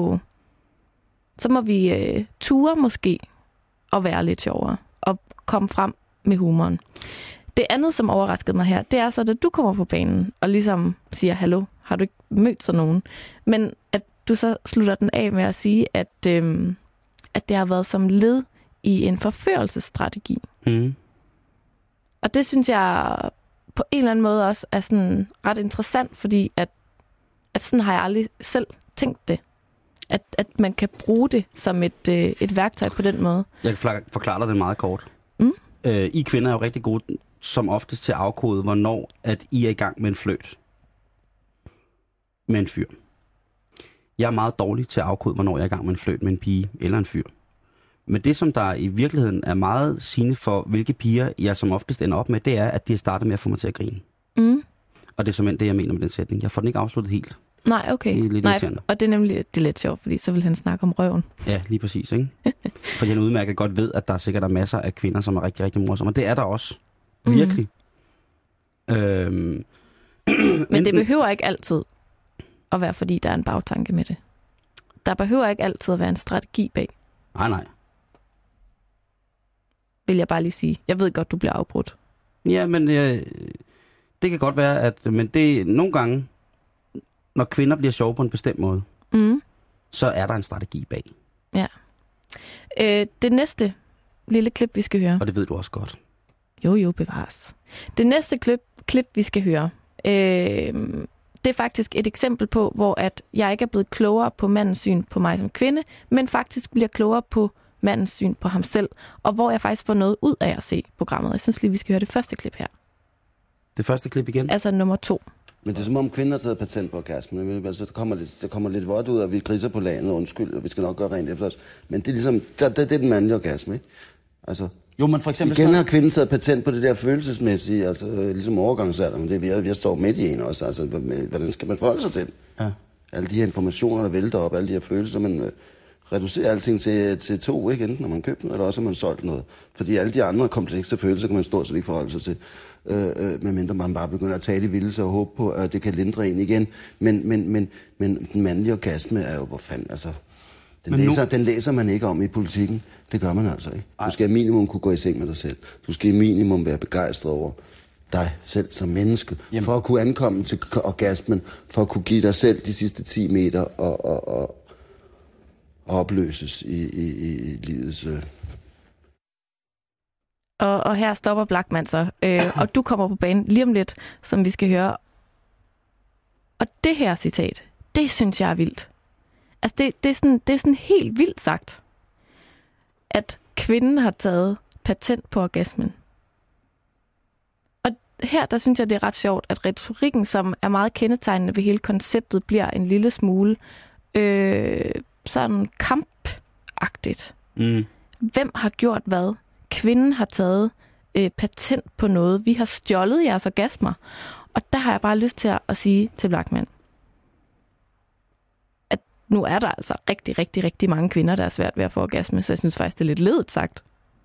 må vi ture måske og være lidt sjovere og komme frem med humoren. Det andet, som overraskede mig her, det er så, at du kommer på banen og ligesom siger, hallo, har du ikke mødt sådan nogen? Men at du så slutter den af med at sige, at det har været som led i en forførelsesstrategi. Mm. Og det synes jeg på en eller anden måde også er sådan ret interessant, fordi at sådan har jeg aldrig selv tænkt det. At man kan bruge det som et værktøj på den måde. Jeg kan forklare dig det meget kort. I kvinder er jo rigtig gode som oftest til at afkode, hvornår at I er i gang med en fløjt med en fyr. Jeg er meget dårlig til at afkode, hvornår jeg er i gang med en fløjt med en pige eller en fyr. Men det, som der i virkeligheden er meget sigende for, hvilke piger jeg som oftest ender op med, det er, at de har startet med at få mig til at grine. Mm. Og det er simpelthen det, jeg mener med den sætning. Jeg får den ikke afsluttet helt. Nej, okay. Nej, og det er nemlig det er lidt sjovt, fordi så vil han snakke om røven. Ja, lige præcis, ikke? Fordi han udmærket godt ved, at der sikkert er masser af kvinder, som er rigtig, rigtig morsomme. Og det er der også. Virkelig. Men det behøver ikke altid at være, fordi der er en bagtanke med det. Der behøver ikke altid at være en strategi bag. Nej. vil jeg bare lige sige. Jeg ved godt, du bliver afbrudt. Ja, men det kan godt være, men det nogle gange, når kvinder bliver sjove på en bestemt måde, så er der en strategi bag. Ja. Det næste lille klip, vi skal høre. Og det ved du også godt. Jo, bevares. Det næste klip vi skal høre, det er faktisk et eksempel på, hvor at jeg ikke er blevet klogere på mandens syn på mig som kvinde, men faktisk bliver klogere på mandens syn på ham selv, og hvor jeg faktisk får noget ud af at se programmet. Jeg synes lige, vi skal høre det første klip her. Det første klip igen? Altså nummer 2. Men det er som om kvinder har taget patent på orgasmen. Altså, det kommer lidt vådt ud, og vi griser på landet, undskyld, og vi skal nok gøre rent efter os. Men det er ligesom, det er den mandlige orgasme, ikke? Altså, jo, men for eksempel igen har kvinden taget patent på det der følelsesmæssige, altså ligesom overgangsalderen. Det er vi har står midt i en også, altså hvordan skal man forholde sig til det? Ja. Alle de her informationer, der vælter op, alle de her følelser, man reducerer alting til 2, ikke? Enten når man købt noget, eller også har man solgt noget. Fordi alle de andre komplekse følelser kan man stort set ikke forholde sig til. Medmindre man bare begynder at tale i vildelse og håbe på, at det kan lindre en igen. Men den mandlige orgasme er jo, hvor fanden, altså... Den læser man ikke om i politikken. Det gør man altså ikke. Du skal i minimum kunne gå i seng med dig selv. Du skal i minimum være begejstret over dig selv som menneske. Jamen. For at kunne ankomme til orgasmen. For at kunne give dig selv de sidste 10 meter og opløses i livets... Og her stopper Blachman så. Og du kommer på banen lige om lidt, som vi skal høre. Og det her citat, det synes jeg er vildt. Altså, det er sådan helt vildt sagt, at kvinden har taget patent på orgasmen. Og her, der synes jeg, det er ret sjovt, at retorikken, som er meget kendetegnende ved hele konceptet, bliver en lille smule sådan kampagtigt. Hvem har gjort hvad? Kvinden har taget patent på noget. Vi har stjålet jeres orgasmer. Og der har jeg bare lyst til at sige til Blachman, nu er der altså rigtig, rigtig, rigtig mange kvinder, der er svært ved at få orgasme, så jeg synes faktisk, det er lidt ledet sagt.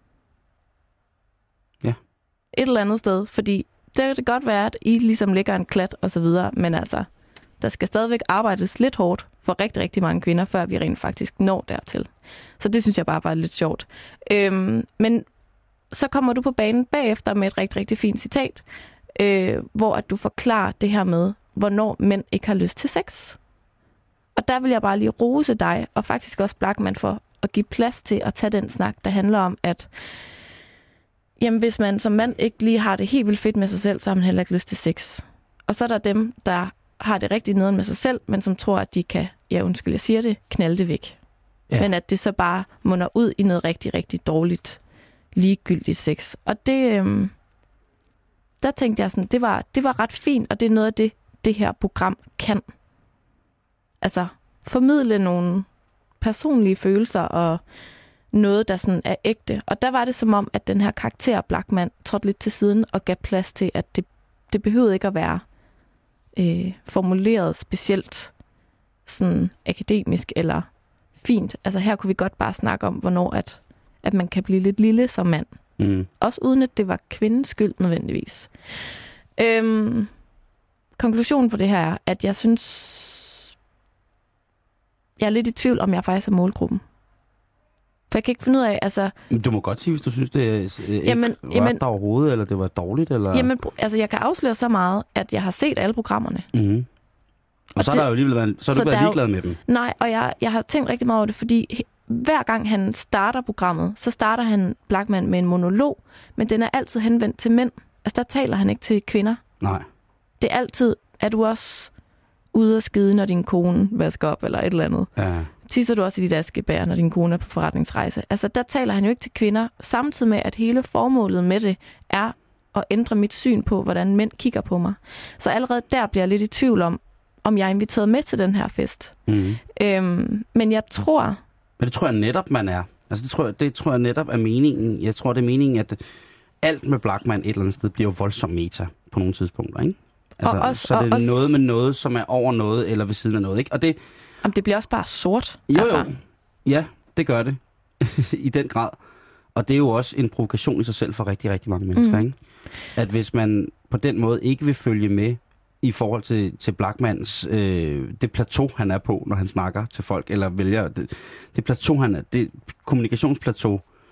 Ja. Et eller andet sted, fordi det kan godt være, at I ligesom ligger en klat og så videre, men altså, der skal stadigvæk arbejdes lidt hårdt for rigtig, rigtig mange kvinder, før vi rent faktisk når dertil. Så det synes jeg bare var lidt sjovt. Men så kommer du på banen bagefter med et rigtig, rigtig fint citat, hvor at du forklarer det her med, hvornår mænd ikke har lyst til sex. Og der vil jeg bare lige rose dig, og faktisk også Blachman for at give plads til at tage den snak, der handler om, at jamen, hvis man som mand ikke lige har det helt vildt fedt med sig selv, så har man heller ikke lyst til sex. Og så er der dem, der har det rigtig nederen med sig selv, men som tror, at de kan, jeg siger det, knalde det væk. Ja. Men at det så bare munder ud i noget rigtig, rigtig dårligt, ligegyldigt sex. Og det, der tænkte jeg sådan, det var ret fint, og det er noget af det her program kan. Altså formidle nogle personlige følelser og noget, der sådan er ægte. Og der var det som om, at den her karakter Blachman trådte lidt til siden og gav plads til, at det behøvede ikke at være formuleret specielt sådan akademisk eller fint. Altså her kunne vi godt bare snakke om, hvornår at man kan blive lidt lille som mand. Også uden at det var kvindens skyld nødvendigvis. Konklusionen på det her er, at jeg synes, jeg er lidt i tvivl, om jeg faktisk er målgruppen. For jeg kan ikke finde ud af, altså... Du må godt sige, hvis du synes, det ikke var der overhovedet, eller det var dårligt, eller... Jamen, altså, jeg kan afsløre så meget, at jeg har set alle programmerne. Mm-hmm. Og så har der jo alligevel været, så har du været ligeglad med dem. Nej, og jeg har tænkt rigtig meget over det, fordi hver gang han starter programmet, så starter han Blachman med en monolog, men den er altid henvendt til mænd. Altså, der taler han ikke til kvinder. Nej. Det er altid, er du også ude at skide, når din kone vasker op, eller et eller andet. Ja. Tisser du også i dit askebær, når din kone er på forretningsrejse? Altså, der taler han jo ikke til kvinder, samtidig med, at hele formålet med det er at ændre mit syn på, hvordan mænd kigger på mig. Så allerede der bliver jeg lidt i tvivl om jeg er inviteret med til den her fest. Mm. Men jeg tror... Men det tror jeg netop, man er. Altså, det tror jeg netop er meningen. Jeg tror, det er meningen, at alt med Blachman et eller andet sted bliver jo voldsomt meta på nogle tidspunkter, ikke? Altså, så det er noget med noget, som er over noget, eller ved siden af noget, ikke? Og det... Jamen, det bliver også bare sort. Jo. Ja, det gør det. I den grad. Og det er jo også en provokation i sig selv for rigtig, rigtig mange mennesker, ikke? At hvis man på den måde ikke vil følge med i forhold til Blachmans, det plateau, han er på, når han snakker til folk, eller vælger det plateau, han er, det kommunikationsplateau,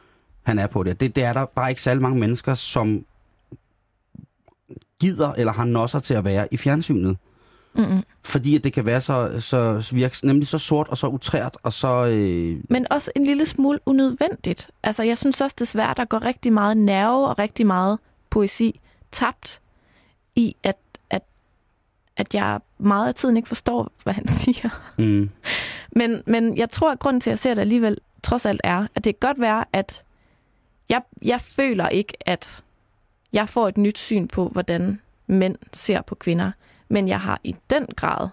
han er på det. Det er der bare ikke særlig mange mennesker, som gider eller har nosser til at være i fjernsynet. Mm-mm. Fordi at det kan være nemlig så sort og så utrært og så... Men også en lille smule unødvendigt. Altså, jeg synes også, det er svært at gå rigtig meget nerve og rigtig meget poesi tabt i, at jeg meget af tiden ikke forstår, hvad han siger. Mm. Men jeg tror, at grunden til, at jeg ser det alligevel trods alt er, at det kan godt være, at jeg føler ikke, at jeg får et nyt syn på, hvordan mænd ser på kvinder. Men jeg har i den grad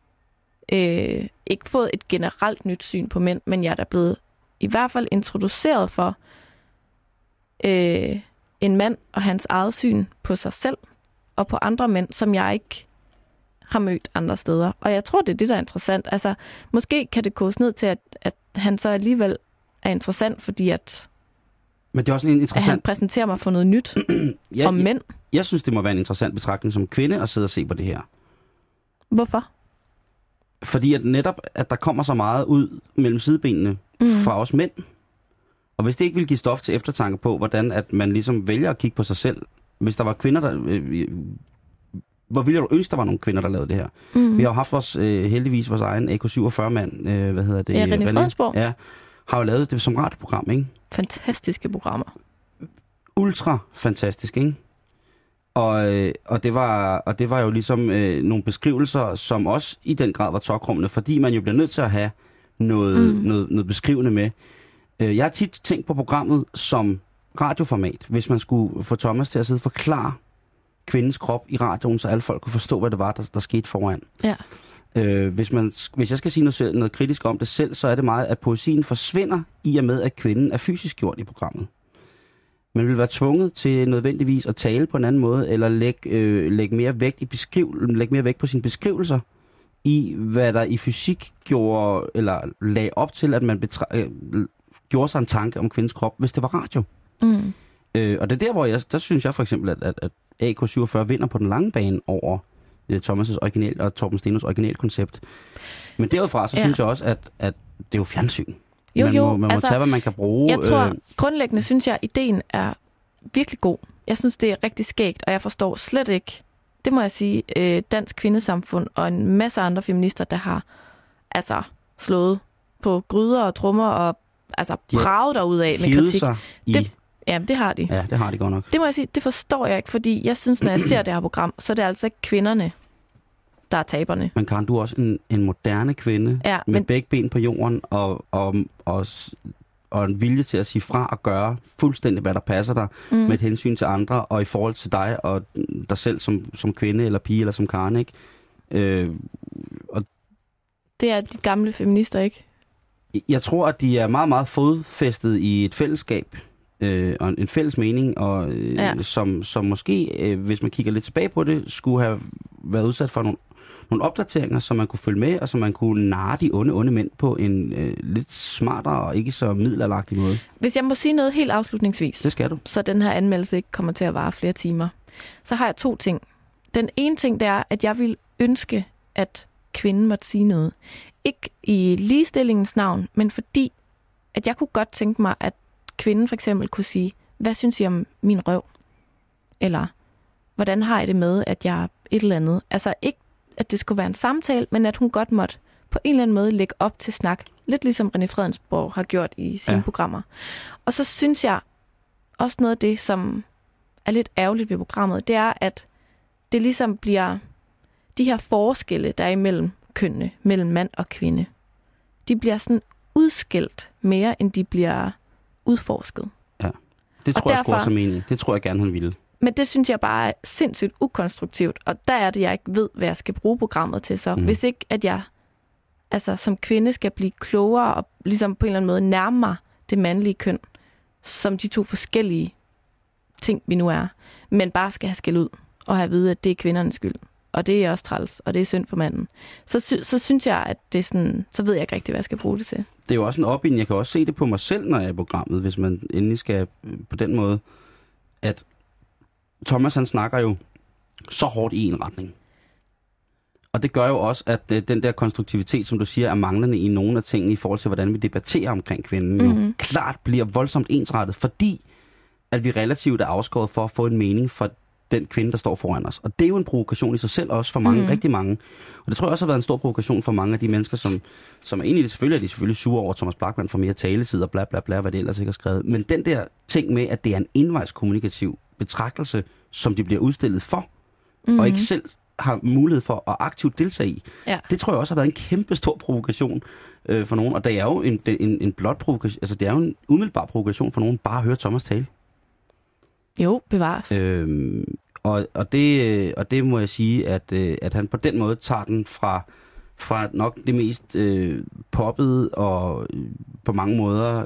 ikke fået et generelt nyt syn på mænd, men jeg er da blevet i hvert fald introduceret for en mand og hans eget syn på sig selv og på andre mænd, som jeg ikke har mødt andre steder. Og jeg tror, det er det, der er interessant. Altså, måske kan det koges ned til, at han så alligevel er interessant, fordi men det er også en interessant... at han præsenterer mig for noget nyt om mænd. Jeg synes, det må være en interessant betragtning som kvinde at sidde og se på det her. Hvorfor? Fordi at netop, at der kommer så meget ud mellem sidebenene fra os mænd. Og hvis det ikke vil give stof til eftertanke på, hvordan at man ligesom vælger at kigge på sig selv. Hvis der var kvinder, der... hvor ville du ønske, der var nogle kvinder, der lavede det her? Mm. Vi har jo haft heldigvis vores egen AK47-mand, Ja, René Fredensborg. Ja, har jo lavet det som radioprogram, ikke? Fantastiske programmer. Ultra fantastisk, ikke? Og det var jo ligesom nogle beskrivelser, som også i den grad var tokrummende, fordi man jo bliver nødt til at have noget beskrivende med. Jeg har tit tænkt på programmet som radioformat, hvis man skulle få Thomas til at sidde og forklare kvindens krop i radioen, så alle folk kunne forstå, hvad det var, der skete foran. Ja. Hvis jeg skal sige noget kritisk om det selv, så er det meget, at poesien forsvinder i og med, at kvinden er fysisk gjort i programmet. Man vil være tvunget til nødvendigvis at tale på en anden måde, eller lægge mere vægt på sine beskrivelser i, hvad der i fysik gjorde, eller lagde op til, at man gjorde sig en tanke om kvindens krop, hvis det var radio. Mm. Og det er der, hvor der synes jeg for eksempel, at AK47 vinder på den lange bane over Thomas' original og Torben Stenos originalkoncept. Men derudfra, så synes jeg også, at det er jo fjernsyn. Man må tage, hvad man kan bruge. Jeg tror, grundlæggende synes jeg, at ideen er virkelig god. Jeg synes, det er rigtig skægt, og jeg forstår slet ikke, det må jeg sige, Dansk Kvindesamfund og en masse andre feminister, der har slået på gryder og trommer og braget derudad med kritik. Det har de. Ja, det har de godt nok. Det må jeg sige, det forstår jeg ikke, fordi jeg synes, når jeg ser det her program, så er det altså ikke kvinderne, der er taberne. Men Karen, du er også en moderne kvinde med begge ben på jorden og en vilje til at sige fra og gøre fuldstændig, hvad der passer dig med et hensyn til andre og i forhold til dig og dig selv som kvinde eller pige eller som Karen, ikke? Det er de gamle feminister, ikke? Jeg tror, at de er meget, meget fodfæstet i et fællesskab og en fælles mening, og som måske, hvis man kigger lidt tilbage på det, skulle have været udsat for nogle opdateringer, så man kunne følge med, og så man kunne narre de onde mænd på en lidt smartere og ikke så middelalderagtig måde. Hvis jeg må sige noget helt afslutningsvis, det skal du. Så den her anmeldelse ikke kommer til at vare flere timer, så har jeg 2 ting. Den ene ting, det er, at jeg vil ønske, at kvinden måtte sige noget. Ikke i ligestillingens navn, men fordi, at jeg kunne godt tænke mig, at kvinden for eksempel kunne sige, hvad synes I om min røv? Eller, hvordan har jeg det med, at jeg er et eller andet? Altså ikke, at det skulle være en samtale, men at hun godt måtte på en eller anden måde lægge op til snak. Lidt ligesom René Fredensborg har gjort i sine programmer. Og så synes jeg også noget af det, som er lidt ærgerligt ved programmet, det er, at det ligesom bliver de her forskelle, der er imellem kønnene, mellem mand og kvinde. De bliver sådan udskilt mere, end de bliver udforsket. Ja, det tror jeg sgu også er meningen. Det tror jeg gerne, han ville. Men det synes jeg bare er sindssygt ukonstruktivt, og der er det, jeg ikke ved, hvad jeg skal bruge programmet til så. Hvis ikke, at jeg som kvinde skal blive klogere og ligesom på en eller anden måde nærme mig det mandlige køn, som de 2 forskellige ting, vi nu er, men bare skal have skæld ud og have at vide, at det er kvindernes skyld. Og det er også træls, og det er synd for manden. Så synes jeg, at det er sådan, så ved jeg ikke rigtig, hvad jeg skal bruge det til. Det er jo også en opbinding. Jeg kan også se det på mig selv, når jeg er i programmet, hvis man endelig skal på den måde, at Thomas han snakker jo så hårdt i en retning. Og det gør jo også, at den der konstruktivitet, som du siger, er manglende i nogle af tingene i forhold til, hvordan vi debatterer omkring kvinden, jo klart bliver voldsomt ensrettet, fordi at vi relativt er afskåret for at få en mening for den kvinde, der står foran os. Og det er jo en provokation i sig selv også for mange, rigtig mange. Og det tror jeg også har været en stor provokation for mange af de mennesker, som er inde i det. Selvfølgelig er de selvfølgelig sure over, at Thomas Blachman får mere taletid og bla bla bla, hvad det ellers ikke har skrevet. Men den der ting med, at det er en envejskommunikativ betragtelse, som de bliver udstillet for, og ikke selv har mulighed for at aktivt deltage i. Ja. Det tror jeg også har været en kæmpe stor provokation for nogen. Og det er jo en blot provokation, altså det er jo en umiddelbar provokation for nogen, bare at høre Thomas tale. Jo, bevares. Og det må jeg sige, at han på den måde tager den fra nok det mest poppede og på mange måder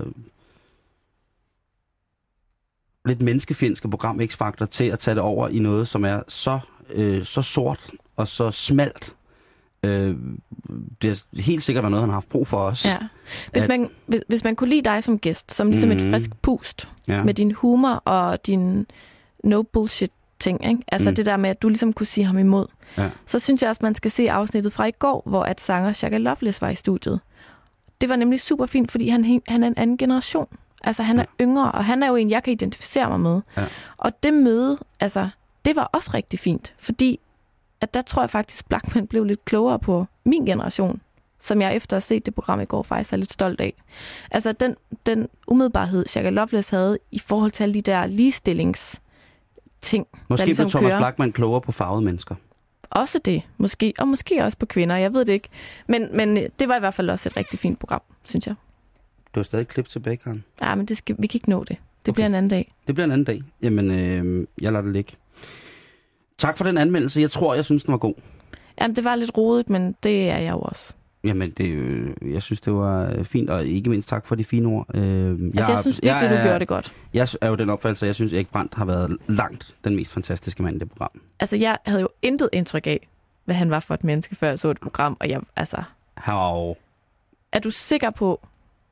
lidt menneskefjendske program X-Factor til at tage det over i noget, som er så sort og så smalt. Det er helt sikkert noget, han har haft brug for os. Ja. Hvis man kunne lide dig som gæst, som ligesom et frisk pust, med din humor og din no bullshit ting, ikke? Altså det der med, at du ligesom kunne sige ham imod. Ja. Så synes jeg også, man skal se afsnittet fra i går, hvor at sanger Shaka Loveless var i studiet. Det var nemlig super fint, fordi han er en anden generation. Altså han er yngre, og han er jo en, jeg kan identificere mig med. Ja. Og det møde, altså det var også rigtig fint, fordi at der tror jeg faktisk, Blachman blev lidt klogere på min generation, som jeg efter at have set det program i går faktisk er lidt stolt af. Altså den umiddelbarhed, Shaka Loveless havde i forhold til alle de der ligestillingsting. Måske ligesom blev Thomas Blachman klogere på farvede mennesker. Også det, måske. Og måske også på kvinder, jeg ved det ikke. Men det var i hvert fald også et rigtig fint program, synes jeg. Du har stadig klip tilbage, Karen. Ja, men vi kan ikke nå det. Det bliver en anden dag. Det bliver en anden dag. Jamen, jeg lader det ligge. Tak for den anmeldelse. Jeg synes, den var god. Jamen, det var lidt rodet, men det er jeg jo også. Jamen, jeg synes, det var fint, og ikke mindst tak for de fine ord. Jeg synes virkelig, du gjorde det godt. Jeg er jo den opfattelse, jeg synes, Erik Brandt har været langt den mest fantastiske mand i det program. Altså, jeg havde jo intet indtryk af, hvad han var for et menneske, før jeg så et program, og jeg, altså... How? Er du sikker på,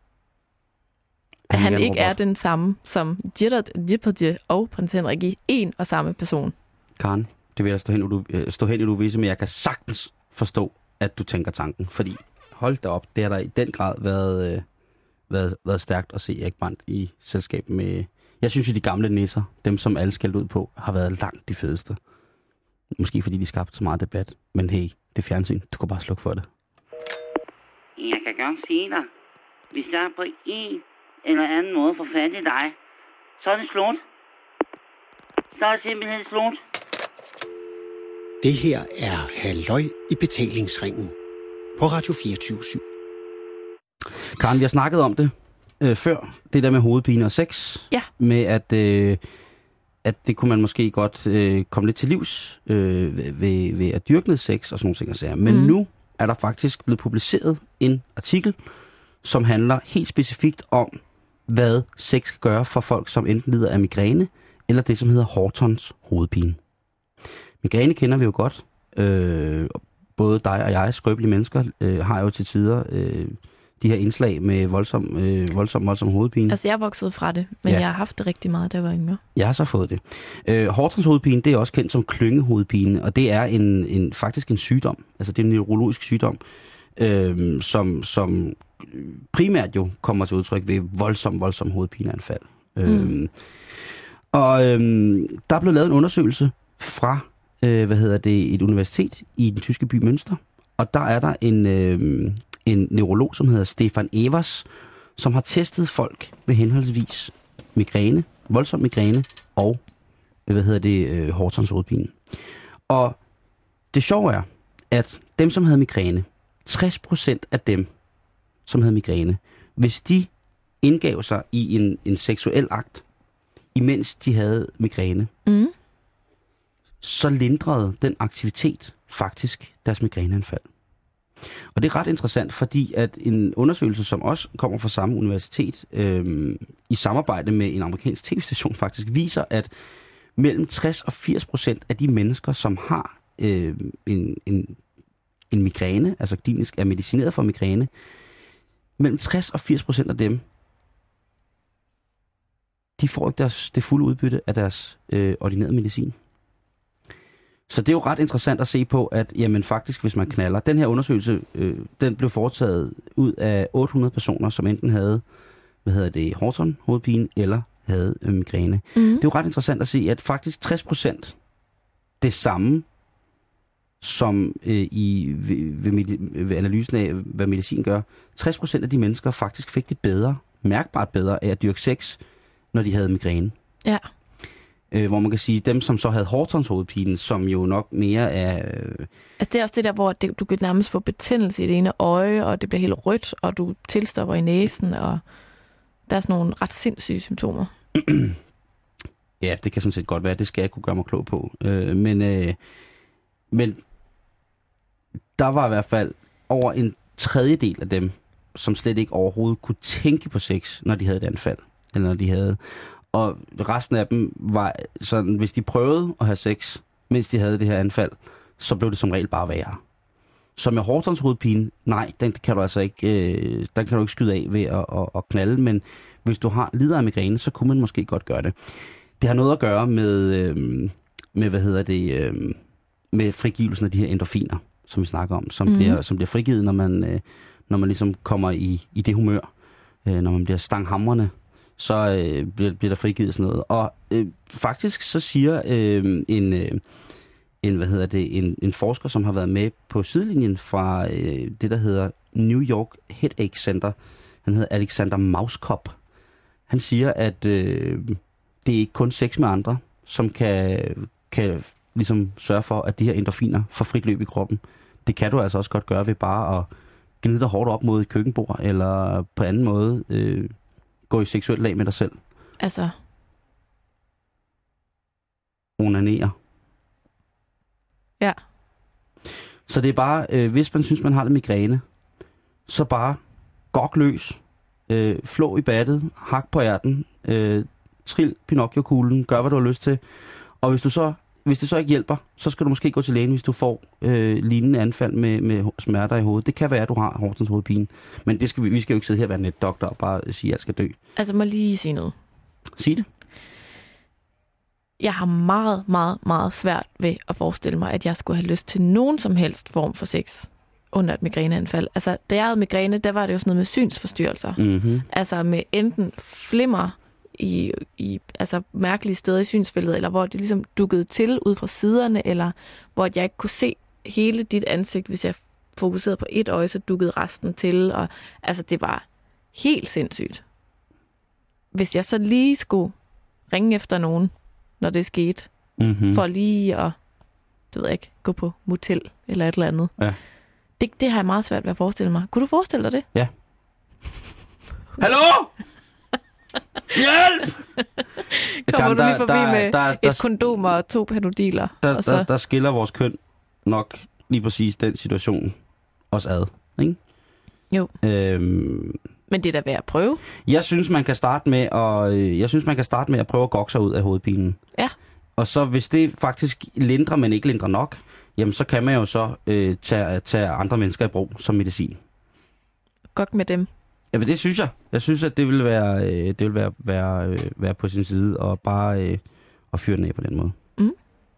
at han ikke er den samme som Gerard Depardieu og prins Henrik i en og samme person? Karen, det vil jeg stå hen i du vise, men jeg kan sagtens forstå, at du tænker tanken. Fordi, hold da op, det har der i den grad været stærkt at se Erik Brandt i selskab med... Jeg synes jo, de gamle nisser, dem som alle skældte ud på, har været langt de fedeste. Måske fordi de skabte så meget debat. Men hey, det fjernsyn, du kan bare slukke for det. Jeg kan godt sige dig, hvis jeg på en eller anden måde får fat i dig, så er det slut. Så er det simpelthen slut. Det her er Halløj i betalingsringen på Radio 24/7. Karen, vi har snakket om det før. Det der med hovedpine og sex. Ja. Med at det kunne man måske godt komme lidt til livs ved at dyrke noget sex og sådan nogle ting. Men nu er der faktisk blevet publiceret en artikel, som handler helt specifikt om, hvad sex kan gøre for folk, som enten lider af migræne, eller det, som hedder Hortons hovedpine. Migræne kender vi jo godt. Både dig og jeg, skrøbelige mennesker, har jo til tider de her indslag med voldsom hovedpine. Altså, jeg er vokset fra det, men jeg har haft det rigtig meget, da jeg var yngre. Jeg har så fået det. Hortons hovedpine, det er også kendt som klyngehovedpine, og det er faktisk en sygdom. Altså, det er en neurologisk sygdom, som primært jo kommer til udtryk ved voldsom hovedpineanfald. Der blev lavet en undersøgelse fra et universitet i den tyske by Münster, og der er der en neurolog, som hedder Stefan Evers, som har testet folk med henholdsvis migræne, voldsom migræne og Hortons hovedpine. Og det sjove er, at dem, som havde migræne, 60% af dem, som havde migræne, hvis de indgav sig i en seksuel akt, imens de havde migræne, så lindrede den aktivitet faktisk deres migræneanfald. Og det er ret interessant, fordi at en undersøgelse, som også kommer fra samme universitet, i samarbejde med en amerikansk tv-station faktisk, viser, at mellem 60 og 80% af de mennesker, som har en migræne, altså klinisk er medicineret for migræne, mellem 60 og 80% af dem, de får ikke det fulde udbytte af deres ordinerede medicin. Så det er jo ret interessant at se på, at jamen, faktisk, hvis man knaller... Den her undersøgelse, den blev foretaget ud af 800 personer, som enten havde, Horton, hovedpine, eller havde migræne. Det er jo ret interessant at se, at faktisk 60% det samme, som ved analysen af, hvad medicin gør, 60% af de mennesker faktisk fik det bedre, mærkbart bedre, af at dyrke sex, når de havde migræne. Ja. Hvor man kan sige, dem som så havde Hortons hovedpine, som jo nok mere er... Altså det er også det der, hvor du kan nærmest få betændelse i det ene øje, og det bliver helt rødt, og du tilstopper i næsen, og der er sådan nogle ret sindssyge symptomer. Ja, det kan sådan set godt være. Det skal jeg kunne gøre mig klog på. Men der var i hvert fald over en tredjedel af dem, som slet ikke overhovedet kunne tænke på sex, når de havde et anfald. Eller når de havde... Og resten af dem var sådan, hvis de prøvede at have sex, mens de havde det her anfald, så blev det som regel bare værre. Så med Hortons hovedpine, nej, den kan du altså ikke, den kan du ikke skyde af ved at knalde, men hvis du lider af migræne, så kunne man måske godt gøre det. Det har noget at gøre med med frigivelsen af de her endorfiner, som vi snakker om, som bliver frigivet, når man ligesom kommer i det humør, når man bliver stanghamrende, så bliver der frigivet sådan noget. Og faktisk så siger en forsker, som har været med på sidelinjen fra det, der hedder New York Headache Center, han hedder Alexander Mauskop. Han siger, at det er ikke kun sex med andre, som kan ligesom sørge for, at de her endorfiner får frit løb i kroppen. Det kan du altså også godt gøre ved bare at gnide dig hårdt op mod et køkkenbord, eller på anden måde gå i seksuelt lag med dig selv. Altså? Onanere. Ja. Så det er bare, hvis man synes, man har lidt migræne, så bare gok løs, flå i battet, hak på ærten, trill Pinocchio-kuglen, gør hvad du har lyst til. Og hvis det så ikke hjælper, så skal du måske gå til lægen, hvis du får lignende anfald med smerter i hovedet. Det kan være, at du har Hortons hovedpine. Men vi skal jo ikke sidde her og være netdoktor og bare sige, at jeg skal dø. Altså, må lige sige noget. Sig det. Jeg har meget, meget, meget svært ved at forestille mig, at jeg skulle have lyst til nogen som helst form for sex under et migræneanfald. Altså, da jeg havde migræne, der var det jo sådan noget med synsforstyrrelser. Mm-hmm. Altså med enten flimmer i altså mærkelige steder i synsfeltet, eller hvor det ligesom dukkede til ud fra siderne, eller hvor jeg ikke kunne se hele dit ansigt, hvis jeg fokuserede på et øje, så dukkede resten til, og altså det var helt sindssygt. Hvis jeg så lige skulle ringe efter nogen, når det skete, for lige at, det ved jeg ikke, gå på motel eller et eller andet. Ja. Det har jeg meget svært ved at forestille mig. Kunne du forestille dig det? Ja. Hallo? Hjælp! Kommer du lige forbi med et kondom og 2 panodiler? Der skiller vores køn nok lige præcis den situation os ad, ikke? Jo. Men det er da værd at prøve. Jeg synes, man kan starte med at prøve at gokke sig ud af hovedpinen. Ja. Og så hvis det faktisk lindrer, men ikke lindrer nok, jamen så kan man jo så tage andre mennesker i brug som medicin. Gok med dem. Ja, men det synes jeg. Jeg synes, at det vil være på sin side og bare at fyre den af på den måde. Mm.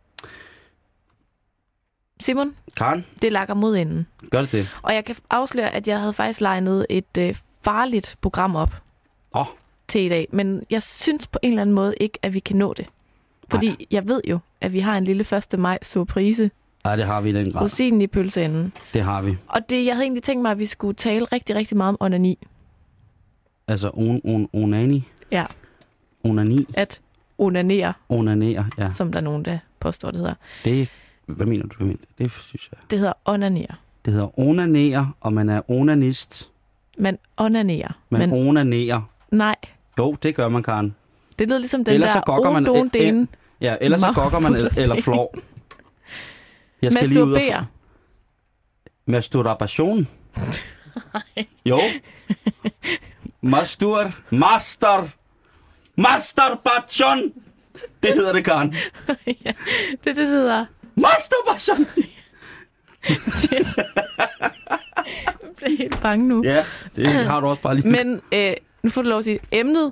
Simon? Karen? Det lakker mod enden. Gør det. Og jeg kan afsløre, at jeg havde faktisk legnet et farligt program op til i dag. Men jeg synes på en eller anden måde ikke, at vi kan nå det. Fordi jeg ved jo, at vi har en lille 1. maj surprise. Ja, det har vi i den grad. Rosinen i pølseenden. Det har vi. Og jeg havde egentlig tænkt mig, at vi skulle tale rigtig, rigtig meget om onani. Altså onani? Ja. Onani? At onanere. Onanere, ja. Som der er nogen, der påstår, det hedder. Hvad mener du? Det synes jeg. Det hedder onanere. Det hedder onanere, og man er onanist. Man onanerer. Man onanerer. Nej. Jo, det gør man, Karen. Det lyder ligesom den ellers der odondene. Ja, ellers så gokker man eller flår. Jeg skal lige ud og masturbation. Jo. Masturbation. Det hedder det, Karen. Ja, det hedder. Masturbation. Shit. Jeg bliver helt bange nu. Ja, det har du også bare lige. Men nu får du lov at sige emnet.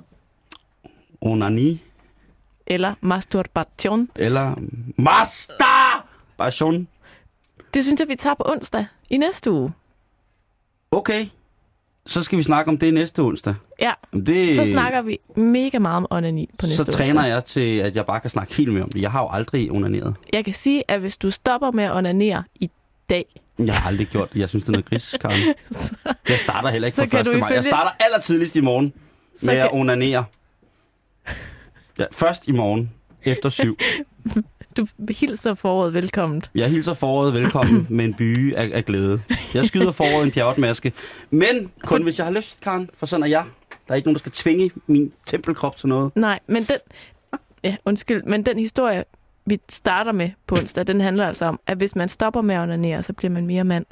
Onani. Eller masturbation. Eller masturbation. Masturbation. Det synes jeg, vi tager på onsdag i næste uge. Okay. Så skal vi snakke om det næste onsdag. Ja, så snakker vi mega meget om onani på næste onsdag. Så træner jeg til, at jeg bare kan snakke helt mere om det. Jeg har jo aldrig onaneret. Jeg kan sige, at hvis du stopper med at onanere i dag... Jeg har aldrig gjort det. Jeg synes, det er noget gris, Karen. Jeg starter heller ikke fra 1. maj. Jeg starter allertidligst i morgen med at onanere. Ja, først i morgen, efter 7. Du hilser foråret velkommen. Jeg hilser foråret velkommen med en byge af glæde. Jeg skyder foråret en pjerrotmaske. Men kun hvis jeg har lyst, Karen, for sådan er jeg. Der er ikke nogen, der skal tvinge min tempelkrop til noget. Nej, men men den historie, vi starter med på onsdag, den handler altså om, at hvis man stopper med at onanere, så bliver man mere mand.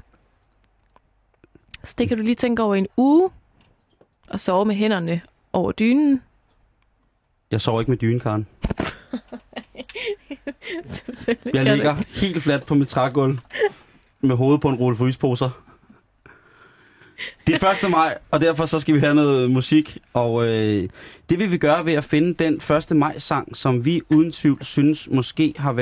Så det kan du lige tænke over en uge, og sove med hænderne over dynen. Jeg sover ikke med dynen, Karen. Jeg ligger helt fladt på mit trægulv med hovedet på en rulle frysposer. Det er 1. maj, og derfor så skal vi have noget musik. Og det vil vi gøre ved at finde den 1. maj-sang, som vi uden tvivl synes måske har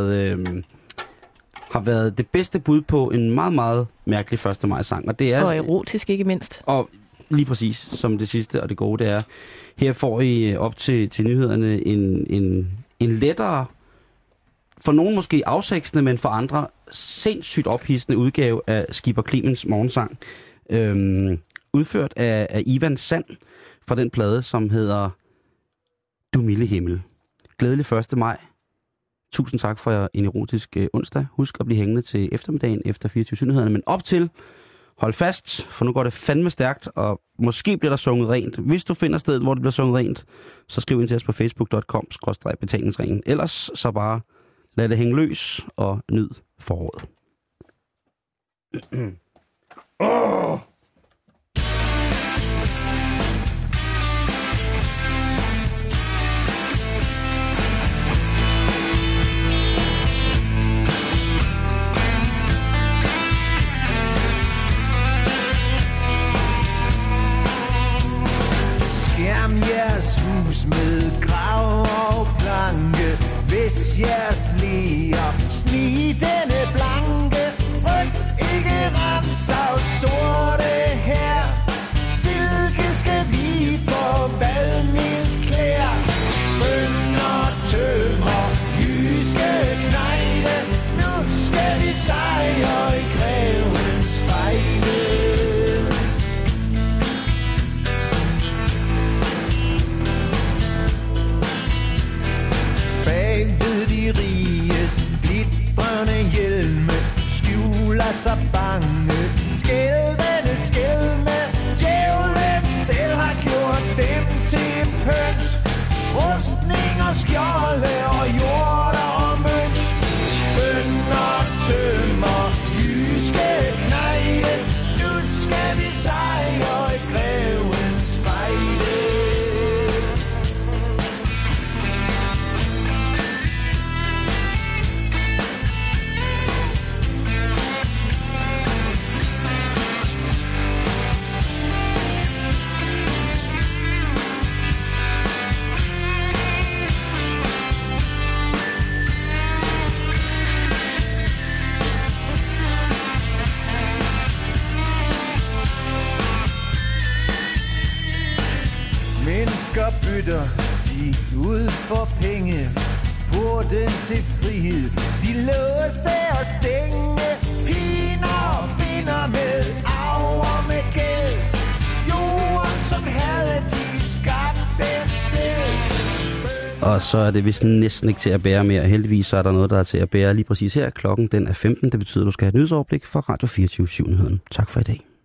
været det bedste bud på en meget, meget mærkelig 1. maj-sang. Og erotisk ikke mindst. Og lige præcis som det sidste og det gode, det er, her får I op til nyhederne en lettere, for nogen måske afsægtsende, men for andre sindssygt ophidsende udgave af Skipper Clemens morgensang. Udført af Ivan Sand fra den plade, som hedder Du milde himmel. Glædelig 1. maj. Tusind tak for en erotisk onsdag. Husk at blive hængende til eftermiddagen efter 24/7-nyhederne, men op til hold fast, for nu går det fandme stærkt, og måske bliver der sunget rent. Hvis du finder stedet, hvor det bliver sunget rent, så skriv ind til os på facebook.com/betalingsringen. Ellers så bare lad det hænge løs og nyd foråret. Skærm jeres hus med grav og planke. Hvis jeres ler snige denne blanke. Frygt ikke ramsav sorte her. Silke skal vi få valgmildsklæder. Bønder, tømmer, jyske knejde. Nu skal vi sejre i grevens fejde. Bagved de riges glitrende hjelme skjuler sig bange, skælvende skælme. Djævlen selv har gjort dem til pynt. Rustninger, skjolde og jorder og mønt. Bønder, tømmer, jyske knejde. Nu skal vi sejre i grevens fejde. Mennesker bytter de ud for penge. Porten til frihed, de låser og stænge. Piner og binder med arv og med gæld. Jorden som havde de skabt den selv. Og så er det vist næsten ikke til at bære mere. Heldigvis så er der noget, der er til at bære lige præcis her. Klokken den er 15. Det betyder, at du skal have et nyhedsoverblik fra Radio 24/7-nyheden. Tak for i dag.